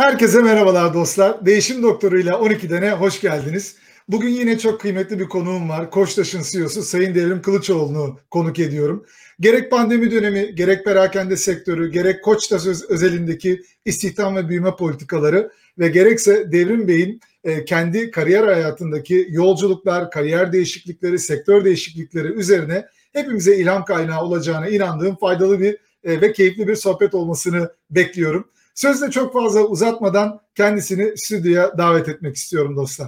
Herkese merhabalar dostlar. Değişim Doktoru'yla 12'dene hoş geldiniz. Bugün yine çok kıymetli bir konuğum var. Koçtaş'ın CEO'su Sayın Devrim Kılıçoğlu'nu konuk ediyorum. Gerek pandemi dönemi, gerek perakende sektörü, gerek Koçtaş özelindeki istihdam ve büyüme politikaları ve gerekse Devrim Bey'in kendi kariyer hayatındaki yolculuklar, kariyer değişiklikleri, sektör değişiklikleri üzerine hepimize ilham kaynağı olacağına inandığım faydalı bir ve keyifli bir sohbet olmasını bekliyorum. Sözde çok fazla uzatmadan kendisini stüdyoya davet etmek istiyorum dostlar.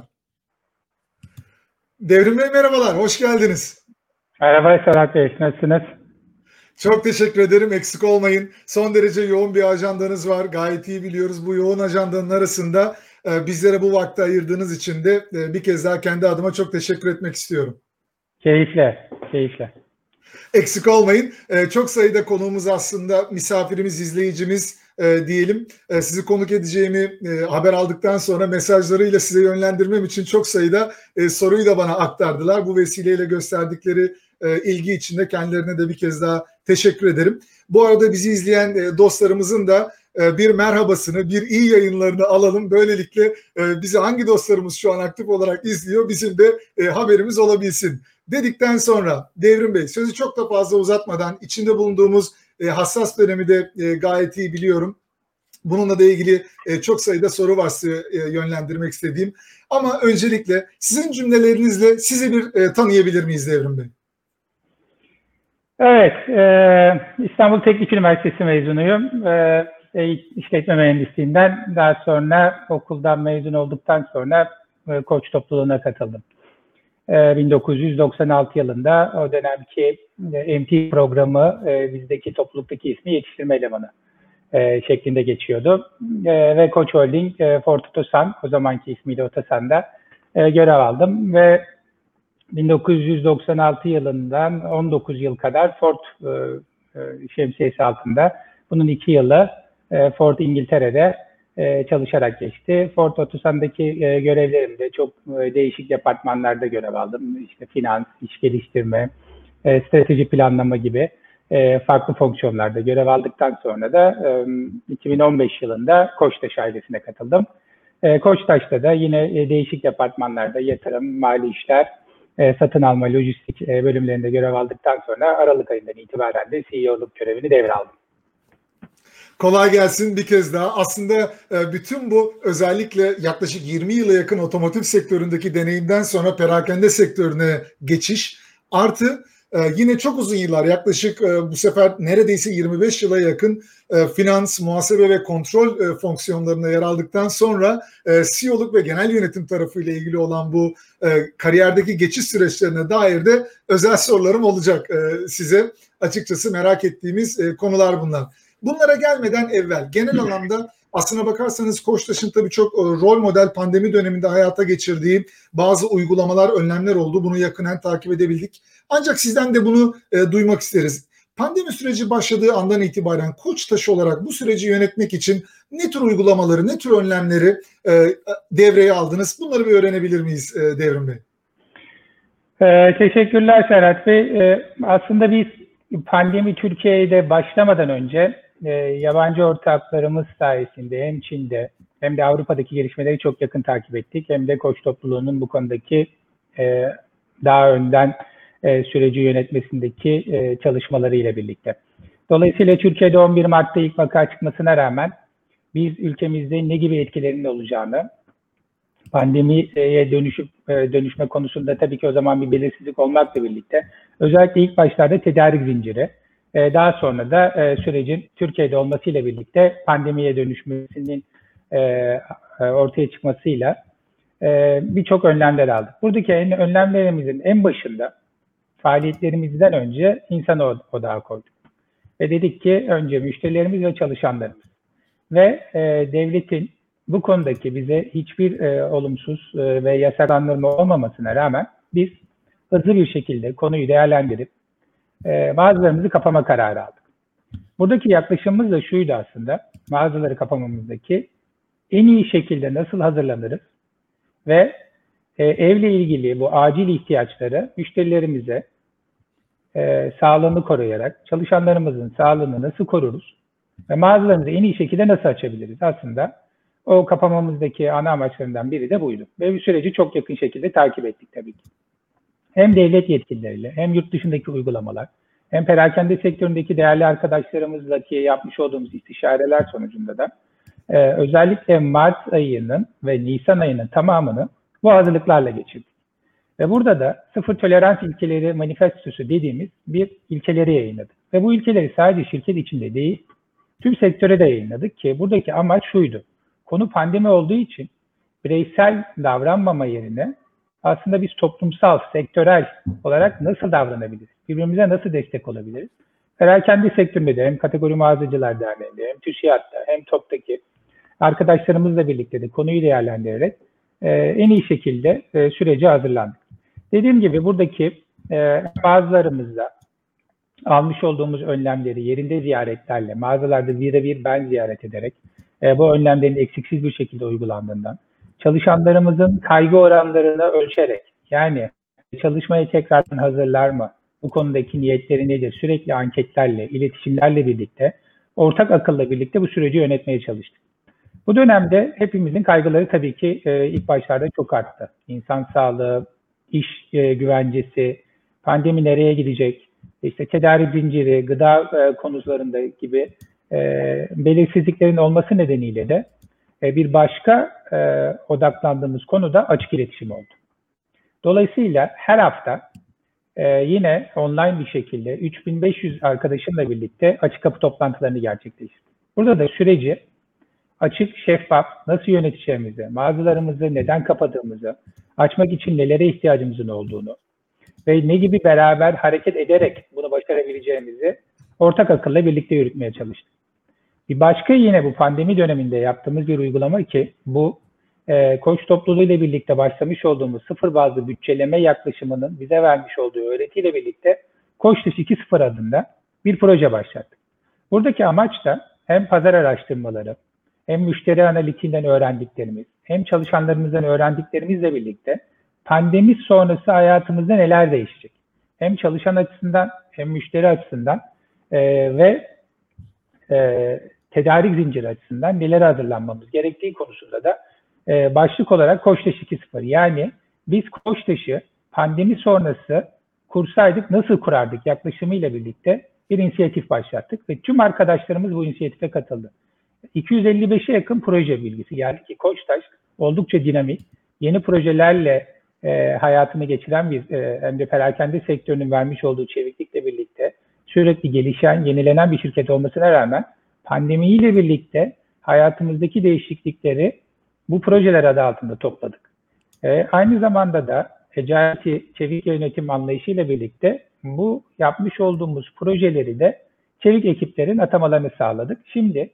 Devrim Bey merhabalar, hoş geldiniz. Merhaba Serhat Bey, nasılsınız? Çok teşekkür ederim, eksik olmayın. Son derece yoğun bir ajandanız var, gayet iyi biliyoruz. Bu yoğun ajandanın arasında bizlere bu vakti ayırdığınız için de bir kez daha kendi adıma çok teşekkür etmek istiyorum. Keyifle, keyifle. Eksik olmayın. Çok sayıda konuğumuz aslında misafirimiz, izleyicimiz diyelim. Sizi konuk edeceğimi haber aldıktan sonra mesajlarıyla size yönlendirmem için çok sayıda soruyu da bana aktardılar. Bu vesileyle gösterdikleri ilgi için de kendilerine de bir kez daha teşekkür ederim. Bu arada bizi izleyen dostlarımızın da bir merhabasını, bir iyi yayınlarını alalım. Böylelikle bizi hangi dostlarımız şu an aktif olarak izliyor bizim de haberimiz olabilsin. Dedikten sonra Devrim Bey sözü çok da fazla uzatmadan içinde bulunduğumuz hassas dönemi de gayet iyi biliyorum. Bununla da ilgili çok sayıda soru var size yönlendirmek istediğim. Ama öncelikle sizin cümlelerinizle sizi bir tanıyabilir miyiz Devrim Bey? Evet, İstanbul Teknik Üniversitesi mezunuyum. İşletme mühendisliğinden daha sonra okuldan mezun olduktan sonra koç topluluğuna katıldım. 1996 yılında o dönemki MT programı bizdeki topluluktaki ismi yetiştirme elemanı şeklinde geçiyordu. Ve Koç Holding, Ford Otosan, o zamanki ismiyle Otosan'da görev aldım ve 1996 yılından 19 yıl kadar Ford şemsiyesi altında. Bunun 2 yılı Ford İngiltere'de çalışarak geçti. Ford Otosan'daki görevlerimde çok değişik departmanlarda görev aldım. İşte finans, iş geliştirme, strateji planlama gibi farklı fonksiyonlarda görev aldıktan sonra da 2015 yılında Koçtaş ailesine katıldım. Koçtaş'ta da yine değişik departmanlarda yatırım, mali işler, satın alma, lojistik bölümlerinde görev aldıktan sonra Aralık ayından itibaren de CEO'luk görevini devraldım. Kolay gelsin bir kez daha. Aslında bütün bu özellikle yaklaşık 20 yıla yakın otomotiv sektöründeki deneyimden sonra perakende sektörüne geçiş artı yine çok uzun yıllar yaklaşık bu sefer neredeyse 25 yıla yakın finans, muhasebe ve kontrol fonksiyonlarında yer aldıktan sonra CEO'luk ve genel yönetim tarafıyla ilgili olan bu kariyerdeki geçiş süreçlerine dair de özel sorularım olacak size. Açıkçası merak ettiğimiz konular bunlar. Bunlara gelmeden evvel genel anlamda aslına bakarsanız Koçtaş'ın tabii çok rol model pandemi döneminde hayata geçirdiği bazı uygulamalar, önlemler oldu. Bunu yakından takip edebildik. Ancak sizden de bunu duymak isteriz. Pandemi süreci başladığı andan itibaren Koçtaş olarak bu süreci yönetmek için ne tür uygulamaları, ne tür önlemleri devreye aldınız? Bunları bir öğrenebilir miyiz Devrim Bey? Teşekkürler Serhat Bey. Aslında biz pandemi Türkiye'de başlamadan önce yabancı ortaklarımız sayesinde hem Çin'de hem de Avrupa'daki gelişmeleri çok yakın takip ettik. Hem de Koç topluluğunun bu konudaki daha önden süreci yönetmesindeki çalışmaları ile birlikte. Dolayısıyla Türkiye'de 11 Mart'ta ilk vaka çıkmasına rağmen biz ülkemizde ne gibi etkilerinin olacağını, pandemiye dönüşme konusunda tabii ki o zaman bir belirsizlik olmakla birlikte özellikle ilk başlarda tedarik zinciri, daha sonra da sürecin Türkiye'de olmasıyla birlikte pandemiye dönüşmesinin ortaya çıkmasıyla birçok önlemler aldık. Buradaki önlemlerimizin en başında faaliyetlerimizden önce insan odağı koyduk. Ve dedik ki önce müşterilerimiz ve çalışanlarımız ve devletin bu konudaki bize hiçbir olumsuz ve yasaklandırma olmamasına rağmen biz hızlı bir şekilde konuyu değerlendirip mağazalarımızı kapama kararı aldık. Buradaki yaklaşımımız da şuydu aslında, mağazaları kapamamızdaki en iyi şekilde nasıl hazırlanırız ve evle ilgili bu acil ihtiyaçları müşterilerimize sağlığını koruyarak çalışanlarımızın sağlığını nasıl koruruz ve mağazalarımızı en iyi şekilde nasıl açabiliriz? Aslında O kapamamızdaki ana amaçlarından biri de buydu. Ve bu süreci çok yakın şekilde takip ettik tabii ki. Hem devlet yetkilileriyle hem yurt dışındaki uygulamalar hem perakende sektöründeki değerli arkadaşlarımızla ki yapmış olduğumuz istişareler sonucunda da özellikle Mart ayının ve Nisan ayının tamamını bu hazırlıklarla geçirdik. Ve burada da sıfır tolerans ilkeleri manifestosu dediğimiz bir ilkeleri yayınladık. Ve bu ilkeleri sadece şirket içinde değil, tüm sektöre de yayınladık ki buradaki amaç şuydu. Konu pandemi olduğu için bireysel davranmama yerine aslında biz toplumsal, sektörel olarak nasıl davranabiliriz? Birbirimize nasıl destek olabiliriz? Perakende sektöründe de hem Kategori Mağazacılar Derneği'nde hem TÜSİAD'da hem TOP'taki arkadaşlarımızla birlikte de konuyu değerlendirerek en iyi şekilde sürece hazırlandık. Dediğim gibi buradaki bazılarımızda almış olduğumuz önlemleri yerinde ziyaretlerle, mağazalarda birebir ben ziyaret ederek bu önlemlerin eksiksiz bir şekilde uygulandığından, çalışanlarımızın kaygı oranlarını ölçerek, yani çalışmaya tekrardan hazırlar mı, bu konudaki niyetleri nedir, sürekli anketlerle, iletişimlerle birlikte, ortak akılla birlikte bu süreci yönetmeye çalıştık. Bu dönemde hepimizin kaygıları tabii ki ilk başlarda çok arttı. İnsan sağlığı, iş güvencesi, pandemi nereye gidecek, işte tedarik zinciri, gıda konularında gibi belirsizliklerin olması nedeniyle de bir başka odaklandığımız konu da açık iletişim oldu. Dolayısıyla her hafta yine online bir şekilde 3500 arkadaşımla birlikte açık kapı toplantılarını gerçekleştirdik. Burada da süreci açık, şeffaf, nasıl yöneteceğimizi, mağazalarımızı neden kapadığımızı, açmak için nelere ihtiyacımızın olduğunu ve ne gibi beraber hareket ederek bunu başarabileceğimizi ortak akılla birlikte yürütmeye çalıştık. Bir başka yine bu pandemi döneminde yaptığımız bir uygulama ki bu koç topluluğu ile birlikte başlamış olduğumuz sıfır bazlı bütçeleme yaklaşımının bize vermiş olduğu öğretiyle birlikte Koç Dışı 2.0 adında bir proje başlattık. Buradaki amaç da hem pazar araştırmaları, hem müşteri analitiğinden öğrendiklerimiz, hem çalışanlarımızdan öğrendiklerimizle birlikte pandemi sonrası hayatımızda neler değişecek? Hem çalışan açısından hem müşteri açısından ve tedarik zinciri açısından neler hazırlanmamız gerektiği konusunda da başlık olarak Koçtaş 2.0. Yani biz Koçtaş'ı pandemi sonrası kursaydık nasıl kurardık yaklaşımıyla birlikte bir inisiyatif başlattık ve tüm arkadaşlarımız bu inisiyatife katıldı. 255'e yakın proje bilgisi geldi ki Koçtaş oldukça dinamik, yeni projelerle hayatını geçiren bir hem de perakende sektörünün vermiş olduğu çeviklikle birlikte sürekli gelişen, yenilenen bir şirket olmasına rağmen pandemiyle birlikte hayatımızdaki değişiklikleri bu projeler adı altında topladık. Aynı zamanda da Agile çevik yönetim anlayışıyla birlikte bu yapmış olduğumuz projeleri de çevik ekiplerin atamalarını sağladık. Şimdi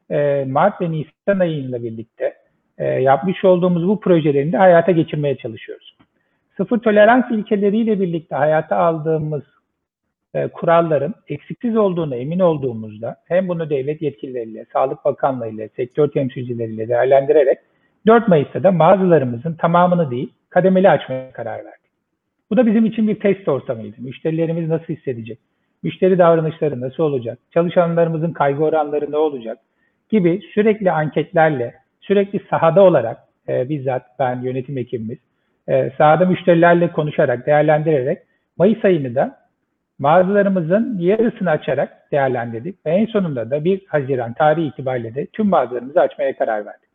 Mart ve Nisan ayıyla birlikte yapmış olduğumuz bu projelerini de hayata geçirmeye çalışıyoruz. Sıfır tolerans ilkeleriyle birlikte hayata aldığımız kuralların eksiksiz olduğuna emin olduğumuzda hem bunu devlet yetkilileriyle, Sağlık Bakanlığı ile, sektör temsilcileriyle değerlendirerek 4 Mayıs'ta da mağazalarımızın tamamını değil, kademeli açmaya karar verdik. Bu da bizim için bir test ortamıydı. Müşterilerimiz nasıl hissedecek? Müşteri davranışları nasıl olacak? Çalışanlarımızın kaygı oranları ne olacak? Gibi sürekli anketlerle, sürekli sahada olarak bizzat ben yönetim ekibimiz sahada müşterilerle konuşarak, değerlendirerek Mayıs ayını da mağazalarımızın yarısını açarak değerlendirdik ve en sonunda da 1 Haziran tarihi itibariyle de tüm mağazalarımızı açmaya karar verdik.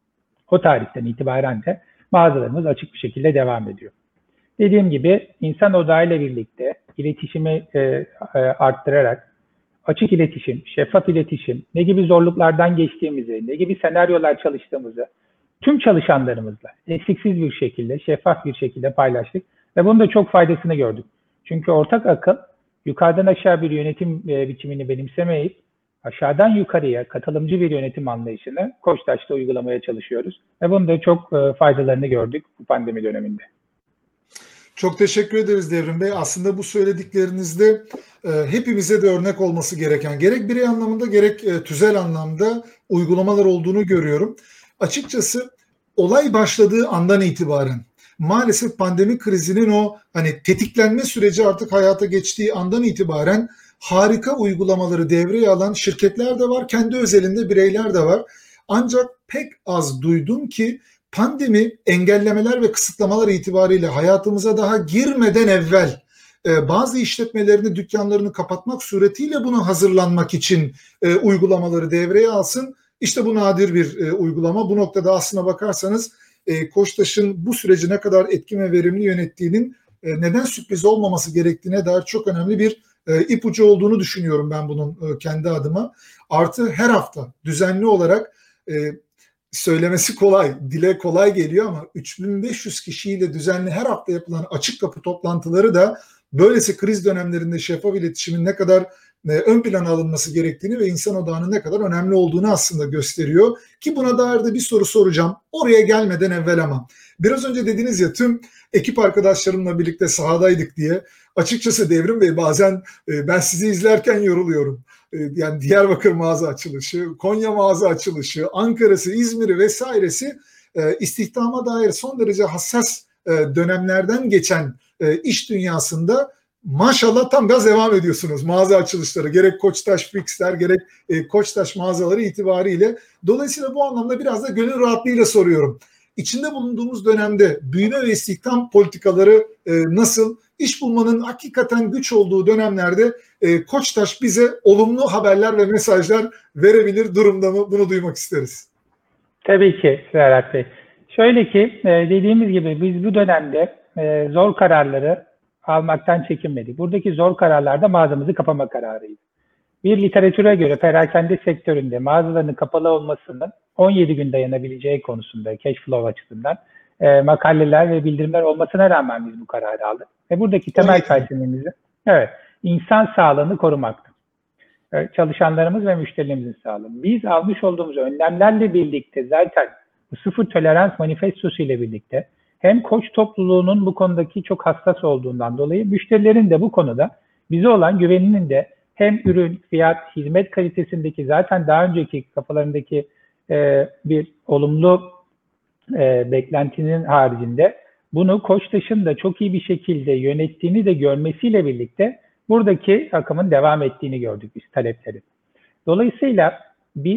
O tarihten itibaren de mağazalarımız açık bir şekilde devam ediyor. Dediğim gibi insan odağıyla birlikte iletişimi arttırarak açık iletişim, şeffaf iletişim, ne gibi zorluklardan geçtiğimizi, ne gibi senaryolar çalıştığımızı tüm çalışanlarımızla eksiksiz bir şekilde, şeffaf bir şekilde paylaştık ve bunun da çok faydasını gördük. Çünkü ortak akıl yukarıdan aşağı bir yönetim biçimini benimsemeyip aşağıdan yukarıya katılımcı bir yönetim anlayışını Koçtaş'ta uygulamaya çalışıyoruz. Ve bunun da çok faydalarını gördük bu pandemi döneminde. Çok teşekkür ederiz Devrim Bey. Aslında bu söylediklerinizde hepimize de örnek olması gereken gerek birey anlamında gerek tüzel anlamda uygulamalar olduğunu görüyorum. Açıkçası olay başladığı andan itibaren maalesef pandemi krizinin o hani tetiklenme süreci artık hayata geçtiği andan itibaren harika uygulamaları devreye alan şirketler de var, kendi özelinde bireyler de var. Ancak pek az duydum ki pandemi engellemeler ve kısıtlamalar itibariyle hayatımıza daha girmeden evvel bazı işletmelerini, dükkanlarını kapatmak suretiyle buna hazırlanmak için uygulamaları devreye alsın. İşte bu nadir bir uygulama. Bu noktada aslına bakarsanız Koçtaş'ın bu süreci ne kadar etkin ve verimli yönettiğinin neden sürpriz olmaması gerektiğine dair çok önemli bir ipucu olduğunu düşünüyorum ben bunun kendi adıma. Artı her hafta düzenli olarak söylemesi kolay, dile kolay geliyor ama 3500 kişiyle düzenli her hafta yapılan açık kapı toplantıları da böylesi kriz dönemlerinde şeffaf iletişimin ne kadar ön plana alınması gerektiğini ve insan odağının ne kadar önemli olduğunu aslında gösteriyor. Ki buna dair de bir soru soracağım. Oraya gelmeden evvel ama. Biraz önce dediniz ya tüm ekip arkadaşlarımla birlikte sahadaydık diye. Açıkçası Devrim Bey bazen ben sizi izlerken yoruluyorum. Yani Diyarbakır mağaza açılışı, Konya mağaza açılışı, Ankara'sı, İzmir'i vesairesi istihdama dair son derece hassas dönemlerden geçen iş dünyasında maşallah tam gaz devam ediyorsunuz mağaza açılışları. Gerek Koçtaş Fix'ler gerek Koçtaş mağazaları itibariyle. Dolayısıyla bu anlamda biraz da gönül rahatlığıyla soruyorum. İçinde bulunduğumuz dönemde büyüme ve istihdam politikaları nasıl? İş bulmanın hakikaten güç olduğu dönemlerde Koçtaş bize olumlu haberler ve mesajlar verebilir durumda mı? Bunu duymak isteriz. Tabii ki Serhat Bey. Şöyle ki dediğimiz gibi biz bu dönemde zor kararları almaktan çekinmedik. Buradaki zor kararlarda mağazamızı kapama kararıydı. Bir literatüre göre perakende sektöründe mağazaların kapalı olmasının 17 gün dayanabileceği konusunda cash flow açısından makaleler ve bildirimler olmasına rağmen biz bu kararı aldık. Ve buradaki temel felsefemiz insan sağlığını korumaktı. Çalışanlarımız ve müşterilerimizin sağlığı. Biz almış olduğumuz önlemlerle birlikte zaten bu sıfır tolerans manifestosu ile birlikte hem koç topluluğunun bu konudaki çok hassas olduğundan dolayı müşterilerin de bu konuda bize olan güveninin de hem ürün, fiyat, hizmet kalitesindeki zaten daha önceki kafalarındaki bir olumlu beklentinin haricinde bunu Koçtaş'ın da çok iyi bir şekilde yönettiğini de görmesiyle birlikte buradaki akımın devam ettiğini gördük biz talepleri. Dolayısıyla biz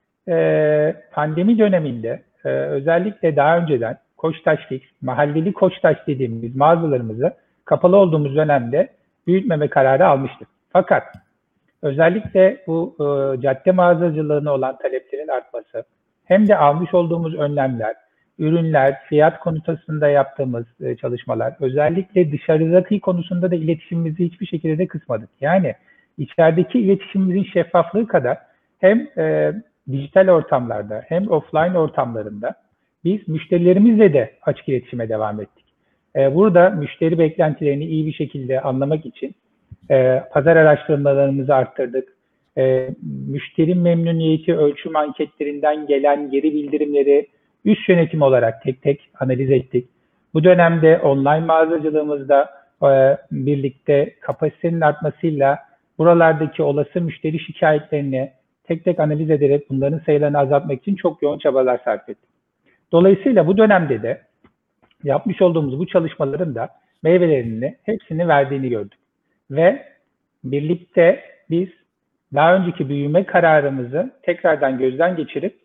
pandemi döneminde özellikle daha önceden Koçtaş Fix, mahalleli Koçtaş dediğimiz mağazalarımızı kapalı olduğumuz dönemde büyütmeme kararı almıştık. Fakat özellikle bu cadde mağazacılığına olan taleplerin artması, hem de almış olduğumuz önlemler, ürünler, fiyat konusunda yaptığımız çalışmalar, özellikle dışarıdaki konusunda da iletişimimizi hiçbir şekilde de kısmadık. Yani içerideki iletişimimizin şeffaflığı kadar hem dijital ortamlarda hem offline ortamlarında biz müşterilerimizle de açık iletişime devam ettik. Burada müşteri beklentilerini iyi bir şekilde anlamak için pazar araştırmalarımızı arttırdık. Müşteri memnuniyeti ölçüm anketlerinden gelen geri bildirimleri üst yönetim olarak tek tek analiz ettik. Bu dönemde online mağazacılığımızda birlikte kapasitenin artmasıyla buralardaki olası müşteri şikayetlerini tek tek analiz ederek bunların sayılarını azaltmak için çok yoğun çabalar sarf ettik. Dolayısıyla bu dönemde de yapmış olduğumuz bu çalışmaların da meyvelerini hepsini verdiğini gördük. Ve birlikte biz daha önceki büyüme kararımızı tekrardan gözden geçirip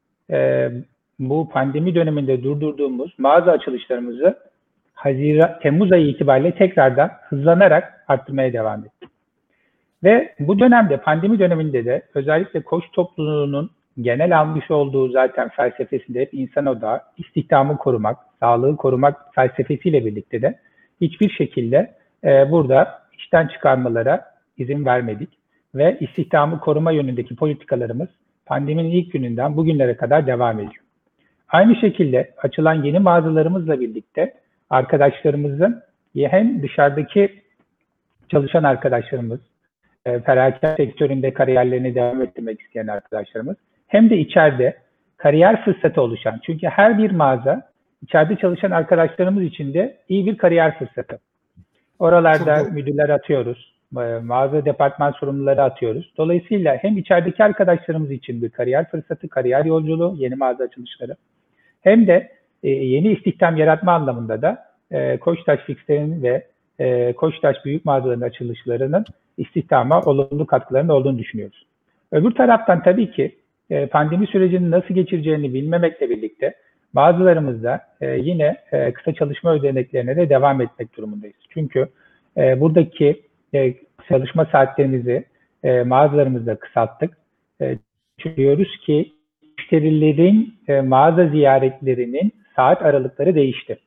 bu pandemi döneminde durdurduğumuz mağaza açılışlarımızı Temmuz ayı itibariyle tekrardan hızlanarak arttırmaya devam ettik. Ve bu dönemde, pandemi döneminde de özellikle koç topluluğunun genel almış olduğu zaten felsefesinde hep insan odağı, istihdamı korumak, sağlığı korumak felsefesiyle birlikte de hiçbir şekilde burada işten çıkarmalara izin vermedik. Ve istihdamı koruma yönündeki politikalarımız pandeminin ilk gününden bugünlere kadar devam ediyor. Aynı şekilde açılan yeni mağazalarımızla birlikte arkadaşlarımızın hem dışarıdaki çalışan arkadaşlarımız, perakende sektöründe kariyerlerini devam ettirmek isteyen arkadaşlarımız hem de içeride kariyer fırsatı oluşan, çünkü her bir mağaza içeride çalışan arkadaşlarımız için de iyi bir kariyer fırsatı. Oralarda müdürler atıyoruz, mağaza departman sorumluları atıyoruz. Dolayısıyla hem içerideki arkadaşlarımız için bir kariyer fırsatı, kariyer yolculuğu, yeni mağaza açılışları hem de yeni istihdam yaratma anlamında da Koçtaş Fix'lerin ve Koçtaş büyük mağazaların açılışlarının istihdama olumlu katkılarının olduğunu düşünüyoruz. Öbür taraftan tabii ki pandemi sürecini nasıl geçireceğini bilmemekle birlikte bazılarımız da yine kısa çalışma ödeneklerine de devam etmek durumundayız. Çünkü buradaki çalışma saatlerimizi mağazalarımızda kısalttık. Çünkü diyoruz ki müşterilerin mağaza ziyaretlerinin saat aralıkları değişti.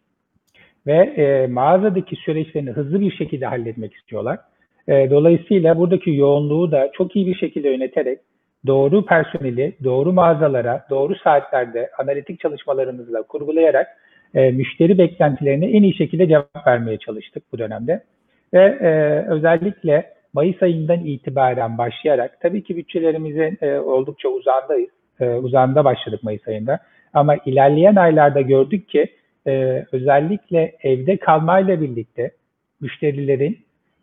Ve mağazadaki süreçlerini hızlı bir şekilde halletmek istiyorlar. Dolayısıyla buradaki yoğunluğu da çok iyi bir şekilde yöneterek doğru personeli, doğru mağazalara, doğru saatlerde analitik çalışmalarımızla kurgulayarak müşteri beklentilerine en iyi şekilde cevap vermeye çalıştık bu dönemde. Ve özellikle Mayıs ayından itibaren başlayarak, tabii ki bütçelerimizin oldukça uzağındayız. Uzağında başladık Mayıs ayında. Ama ilerleyen aylarda gördük ki özellikle evde kalmayla birlikte müşterilerin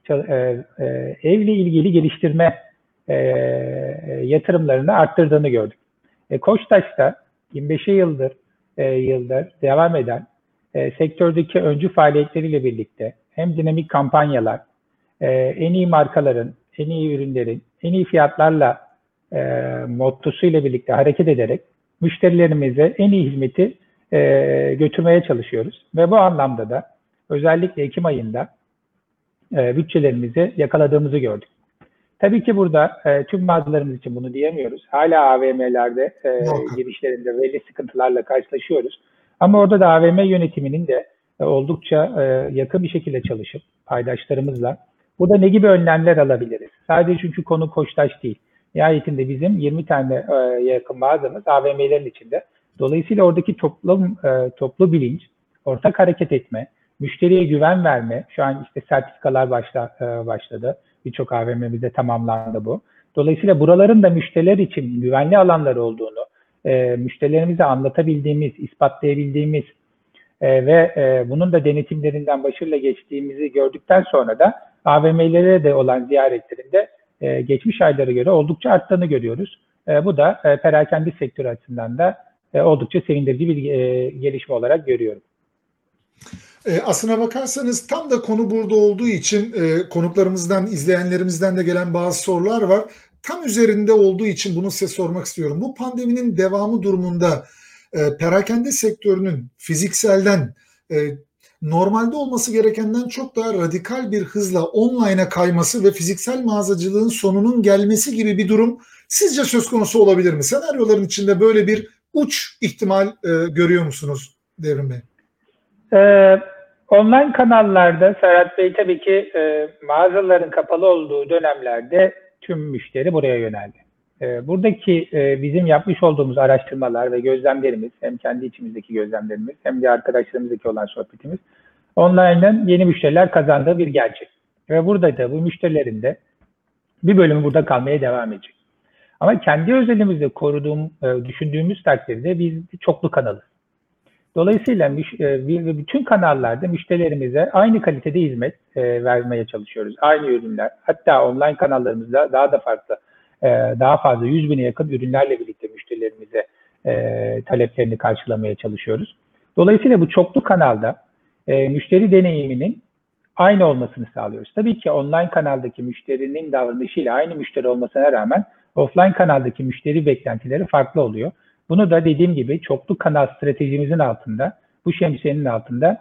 evle ilgili geliştirme yatırımlarını arttırdığını gördük. Koçtaş'ta 25 yıldır devam eden sektördeki öncü faaliyetleriyle birlikte hem dinamik kampanyalar, en iyi markaların, en iyi ürünlerin, en iyi fiyatlarla mottosuyla birlikte hareket ederek müşterilerimize en iyi hizmeti götürmeye çalışıyoruz. Ve bu anlamda da özellikle Ekim ayında bütçelerimizi yakaladığımızı gördük. Tabii ki burada tüm mağazalarımız için bunu diyemiyoruz. Hala AVM'lerde girişlerinde belli sıkıntılarla karşılaşıyoruz. Ama orada da AVM yönetiminin de oldukça yakın bir şekilde çalışıp paydaşlarımızla burada ne gibi önlemler alabiliriz? Sadece çünkü konu Koçtaş değil. Nihayetinde bizim 20 tane yakın mağazamız AVM'lerin içinde. Dolayısıyla oradaki toplu bilinç, ortak hareket etme, müşteriye güven verme, şu an işte sertifikalar başladı. Birçok AVM'mizde tamamlandı bu. Dolayısıyla buraların da müşteriler için güvenli alanlar olduğunu, müşterilerimize anlatabildiğimiz, ispatlayabildiğimiz ve bunun da denetimlerinden başarıyla geçtiğimizi gördükten sonra da AVM'lere de olan ziyaretlerinde geçmiş aylara göre oldukça arttığını görüyoruz. Bu da perakende sektörü açısından da oldukça sevindirici bir gelişme olarak görüyorum. Aslına bakarsanız tam da konu burada olduğu için konuklarımızdan, izleyenlerimizden de gelen bazı sorular var. Tam üzerinde olduğu için bunu size sormak istiyorum. Bu pandeminin devamı durumunda perakende sektörünün fizikselden normalde olması gerekenden çok daha radikal bir hızla online'a kayması ve fiziksel mağazacılığın sonunun gelmesi gibi bir durum sizce söz konusu olabilir mi? Senaryoların içinde böyle bir uç ihtimal görüyor musunuz Devrim Bey? Online kanallarda Serhat Bey tabii ki mağazaların kapalı olduğu dönemlerde tüm müşteri buraya yöneldi. Buradaki bizim yapmış olduğumuz araştırmalar ve gözlemlerimiz, hem kendi içimizdeki gözlemlerimiz hem de arkadaşlarımızdaki olan sohbetimiz, online'ın yeni müşteriler kazandığı bir gerçek. Ve burada da bu müşterilerin de bir bölümü burada kalmaya devam edecek. Ama kendi özelimizde düşündüğümüz takdirde biz çoklu kanalız. Dolayısıyla bütün kanallarda müşterilerimize aynı kalitede hizmet vermeye çalışıyoruz. Aynı ürünler, hatta online kanallarımızda daha fazla 100 bine yakın ürünlerle birlikte müşterilerimize taleplerini karşılamaya çalışıyoruz. Dolayısıyla bu çoklu kanalda müşteri deneyiminin aynı olmasını sağlıyoruz. Tabii ki online kanaldaki müşterinin davranışıyla aynı müşteri olmasına rağmen offline kanaldaki müşteri beklentileri farklı oluyor. Bunu da dediğim gibi çoklu kanal stratejimizin altında, bu şemsiyenin altında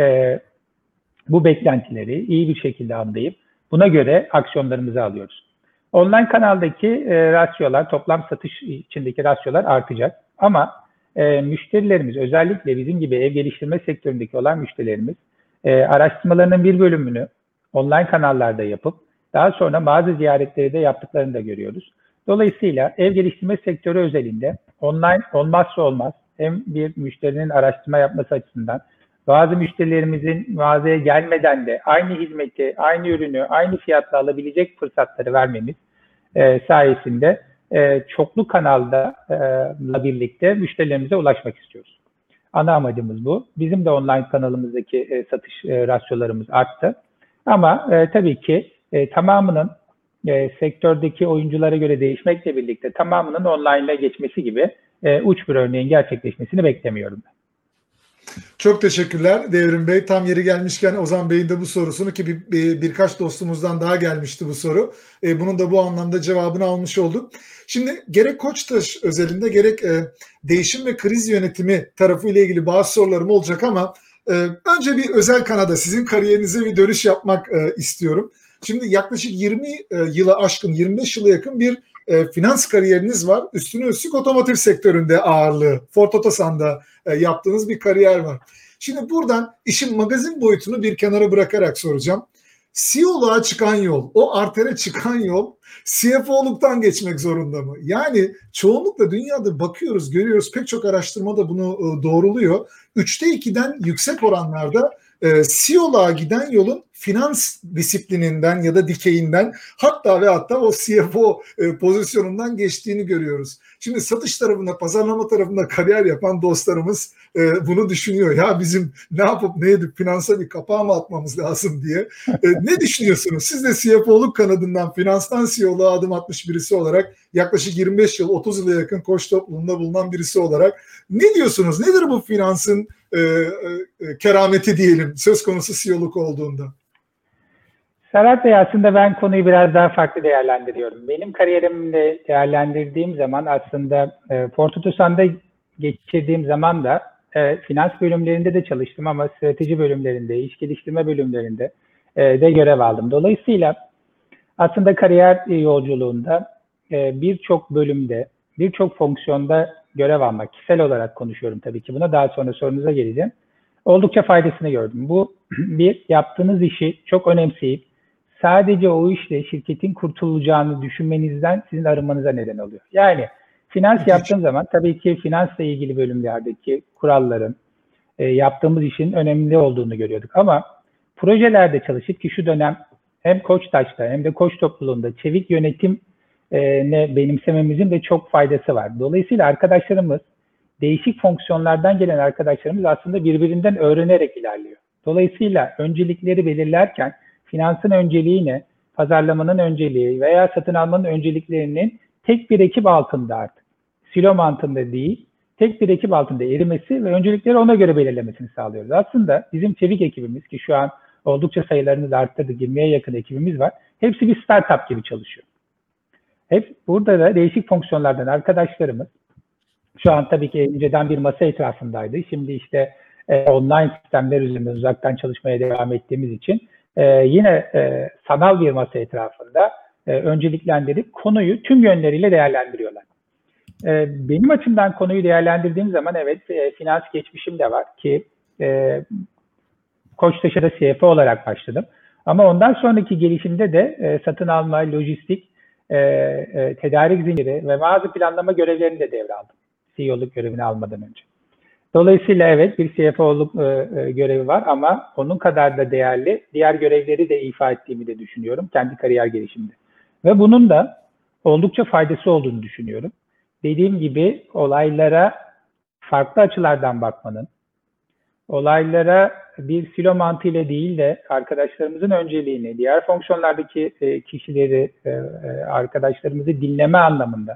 bu beklentileri iyi bir şekilde anlayıp buna göre aksiyonlarımızı alıyoruz. Online kanaldaki rasyolar, toplam satış içindeki rasyolar artacak. Ama müşterilerimiz, özellikle bizim gibi ev geliştirme sektöründeki olan müşterilerimiz araştırmalarının bir bölümünü online kanallarda yapıp daha sonra mağaza ziyaretleri de yaptıklarını da görüyoruz. Dolayısıyla ev geliştirme sektörü özelinde online olmazsa olmaz, hem bir müşterinin araştırma yapması açısından, bazı müşterilerimizin mağazaya gelmeden de aynı hizmeti, aynı ürünü, aynı fiyatla alabilecek fırsatları vermemiz sayesinde çoklu kanalda birlikte müşterilerimize ulaşmak istiyoruz. Ana amacımız bu. Bizim de online kanalımızdaki satış rasyolarımız arttı. Ama tabii ki tamamının sektördeki oyunculara göre değişmekle birlikte tamamının online'la geçmesi gibi uç bir örneğin gerçekleşmesini beklemiyorum. Çok teşekkürler Devrim Bey. Tam yeri gelmişken Ozan Bey'in de bu sorusunu ki birkaç dostumuzdan daha gelmişti bu soru. Bunun da bu anlamda cevabını almış olduk. Şimdi gerek Koçtaş özelinde gerek değişim ve kriz yönetimi tarafı ile ilgili bazı sorularım olacak ama önce bir özel kanada sizin kariyerinize bir dönüş yapmak istiyorum. Şimdi yaklaşık 20 yıla aşkın, 25 yıla yakın bir finans kariyeriniz var. Üstüne üstlük otomotiv sektöründe ağırlığı, Ford Otosan'da yaptığınız bir kariyer var. Şimdi buradan işin magazin boyutunu bir kenara bırakarak soracağım. CEO'luğa çıkan yol, o artere çıkan yol CFO'luktan geçmek zorunda mı? Yani çoğunlukla dünyada bakıyoruz, görüyoruz, pek çok araştırmada bunu doğruluyor. 3'te 2'den yüksek oranlarda CEO'luğa giden yolun finans disiplininden ya da dikeyinden hatta ve hatta o CFO pozisyonundan geçtiğini görüyoruz. Şimdi satış tarafında, pazarlama tarafında kariyer yapan dostlarımız bunu düşünüyor. Ya bizim ne yapıp ne edip finansa bir kapağı mı atmamız lazım diye. Ne düşünüyorsunuz? Siz de CFO'luk kanadından finanstan CEO'luğa adım atmış birisi olarak yaklaşık 25 yıl, 30 yıla yakın koç topluluğunda bulunan birisi olarak ne diyorsunuz? Nedir bu finansın kerameti diyelim söz konusu CEO'luk olduğunda? Serhat Bey, aslında ben konuyu biraz daha farklı değerlendiriyorum. Benim kariyerimde değerlendirdiğim zaman aslında Ford Otosan'da geçirdiğim zaman da finans bölümlerinde de çalıştım ama strateji bölümlerinde, iş geliştirme bölümlerinde de görev aldım. Dolayısıyla aslında kariyer yolculuğunda birçok bölümde, birçok fonksiyonda görev almak, kişisel olarak konuşuyorum tabii ki buna, daha sonra sorunuza geleceğim. Oldukça faydasını gördüm. Bu bir, yaptığınız işi çok önemseyip sadece o işle şirketin kurtulacağını düşünmenizden sizin arınmanıza neden oluyor. Yani finans yaptığım zaman tabii ki finansla ilgili bölümlerdeki kuralların, yaptığımız işin önemli olduğunu görüyorduk. Ama projelerde çalışıp ki şu dönem hem Koçtaş'ta hem de Koç topluluğunda çevik yönetim ne benimsememizin de çok faydası var. Dolayısıyla arkadaşlarımız, değişik fonksiyonlardan gelen arkadaşlarımız aslında birbirinden öğrenerek ilerliyor. Dolayısıyla öncelikleri belirlerken finansın önceliği ne, pazarlamanın önceliği veya satın almanın önceliklerinin tek bir ekip altında artık, silo mantığında değil, tek bir ekip altında erimesi ve öncelikleri ona göre belirlemesini sağlıyoruz. Aslında bizim çevik ekibimiz ki şu an oldukça sayılarını da arttırdık, 20'ye yakın ekibimiz var. Hepsi bir startup gibi çalışıyor. Hep burada da değişik fonksiyonlardan arkadaşlarımız, şu an tabii ki önceden bir masa etrafındaydı. Şimdi işte online sistemler üzerinden uzaktan çalışmaya devam ettiğimiz için yine sanal bir masa etrafında önceliklendirip konuyu tüm yönleriyle değerlendiriyorlar. Benim açımdan konuyu değerlendirdiğim zaman evet finans geçmişim de var ki Koçtaş'a da CFO olarak başladım. Ama ondan sonraki gelişimde de satın alma, lojistik, tedarik zinciri ve bazı planlama görevlerini de devraldım. CEO'luk görevini almadan önce. Dolayısıyla evet bir CFO'luk görevi var ama onun kadar da değerli diğer görevleri de ifa ettiğimi de düşünüyorum kendi kariyer gelişimde. Ve bunun da oldukça faydası olduğunu düşünüyorum. Dediğim gibi olaylara farklı açılardan bakmanın, olaylara bir silo mantığıyla değil de arkadaşlarımızın önceliğini, diğer fonksiyonlardaki kişileri, arkadaşlarımızı dinleme anlamında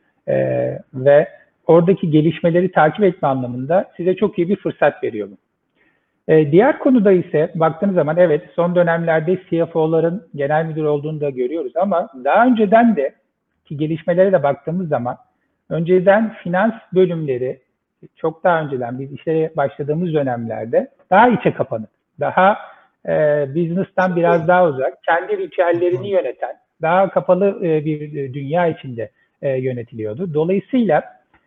ve oradaki gelişmeleri takip etme anlamında size çok iyi bir fırsat veriyor bu. Diğer konuda ise baktığınız zaman evet son dönemlerde CFO'ların genel müdür olduğunu da görüyoruz ama daha önceden de ki gelişmelere de baktığımız zaman önceden finans bölümleri çok daha önceden biz işe başladığımız dönemlerde daha içe kapanık, daha business'tan biraz daha uzak, kendi ritüellerini yöneten, daha kapalı bir dünya içinde yönetiliyordu. Dolayısıyla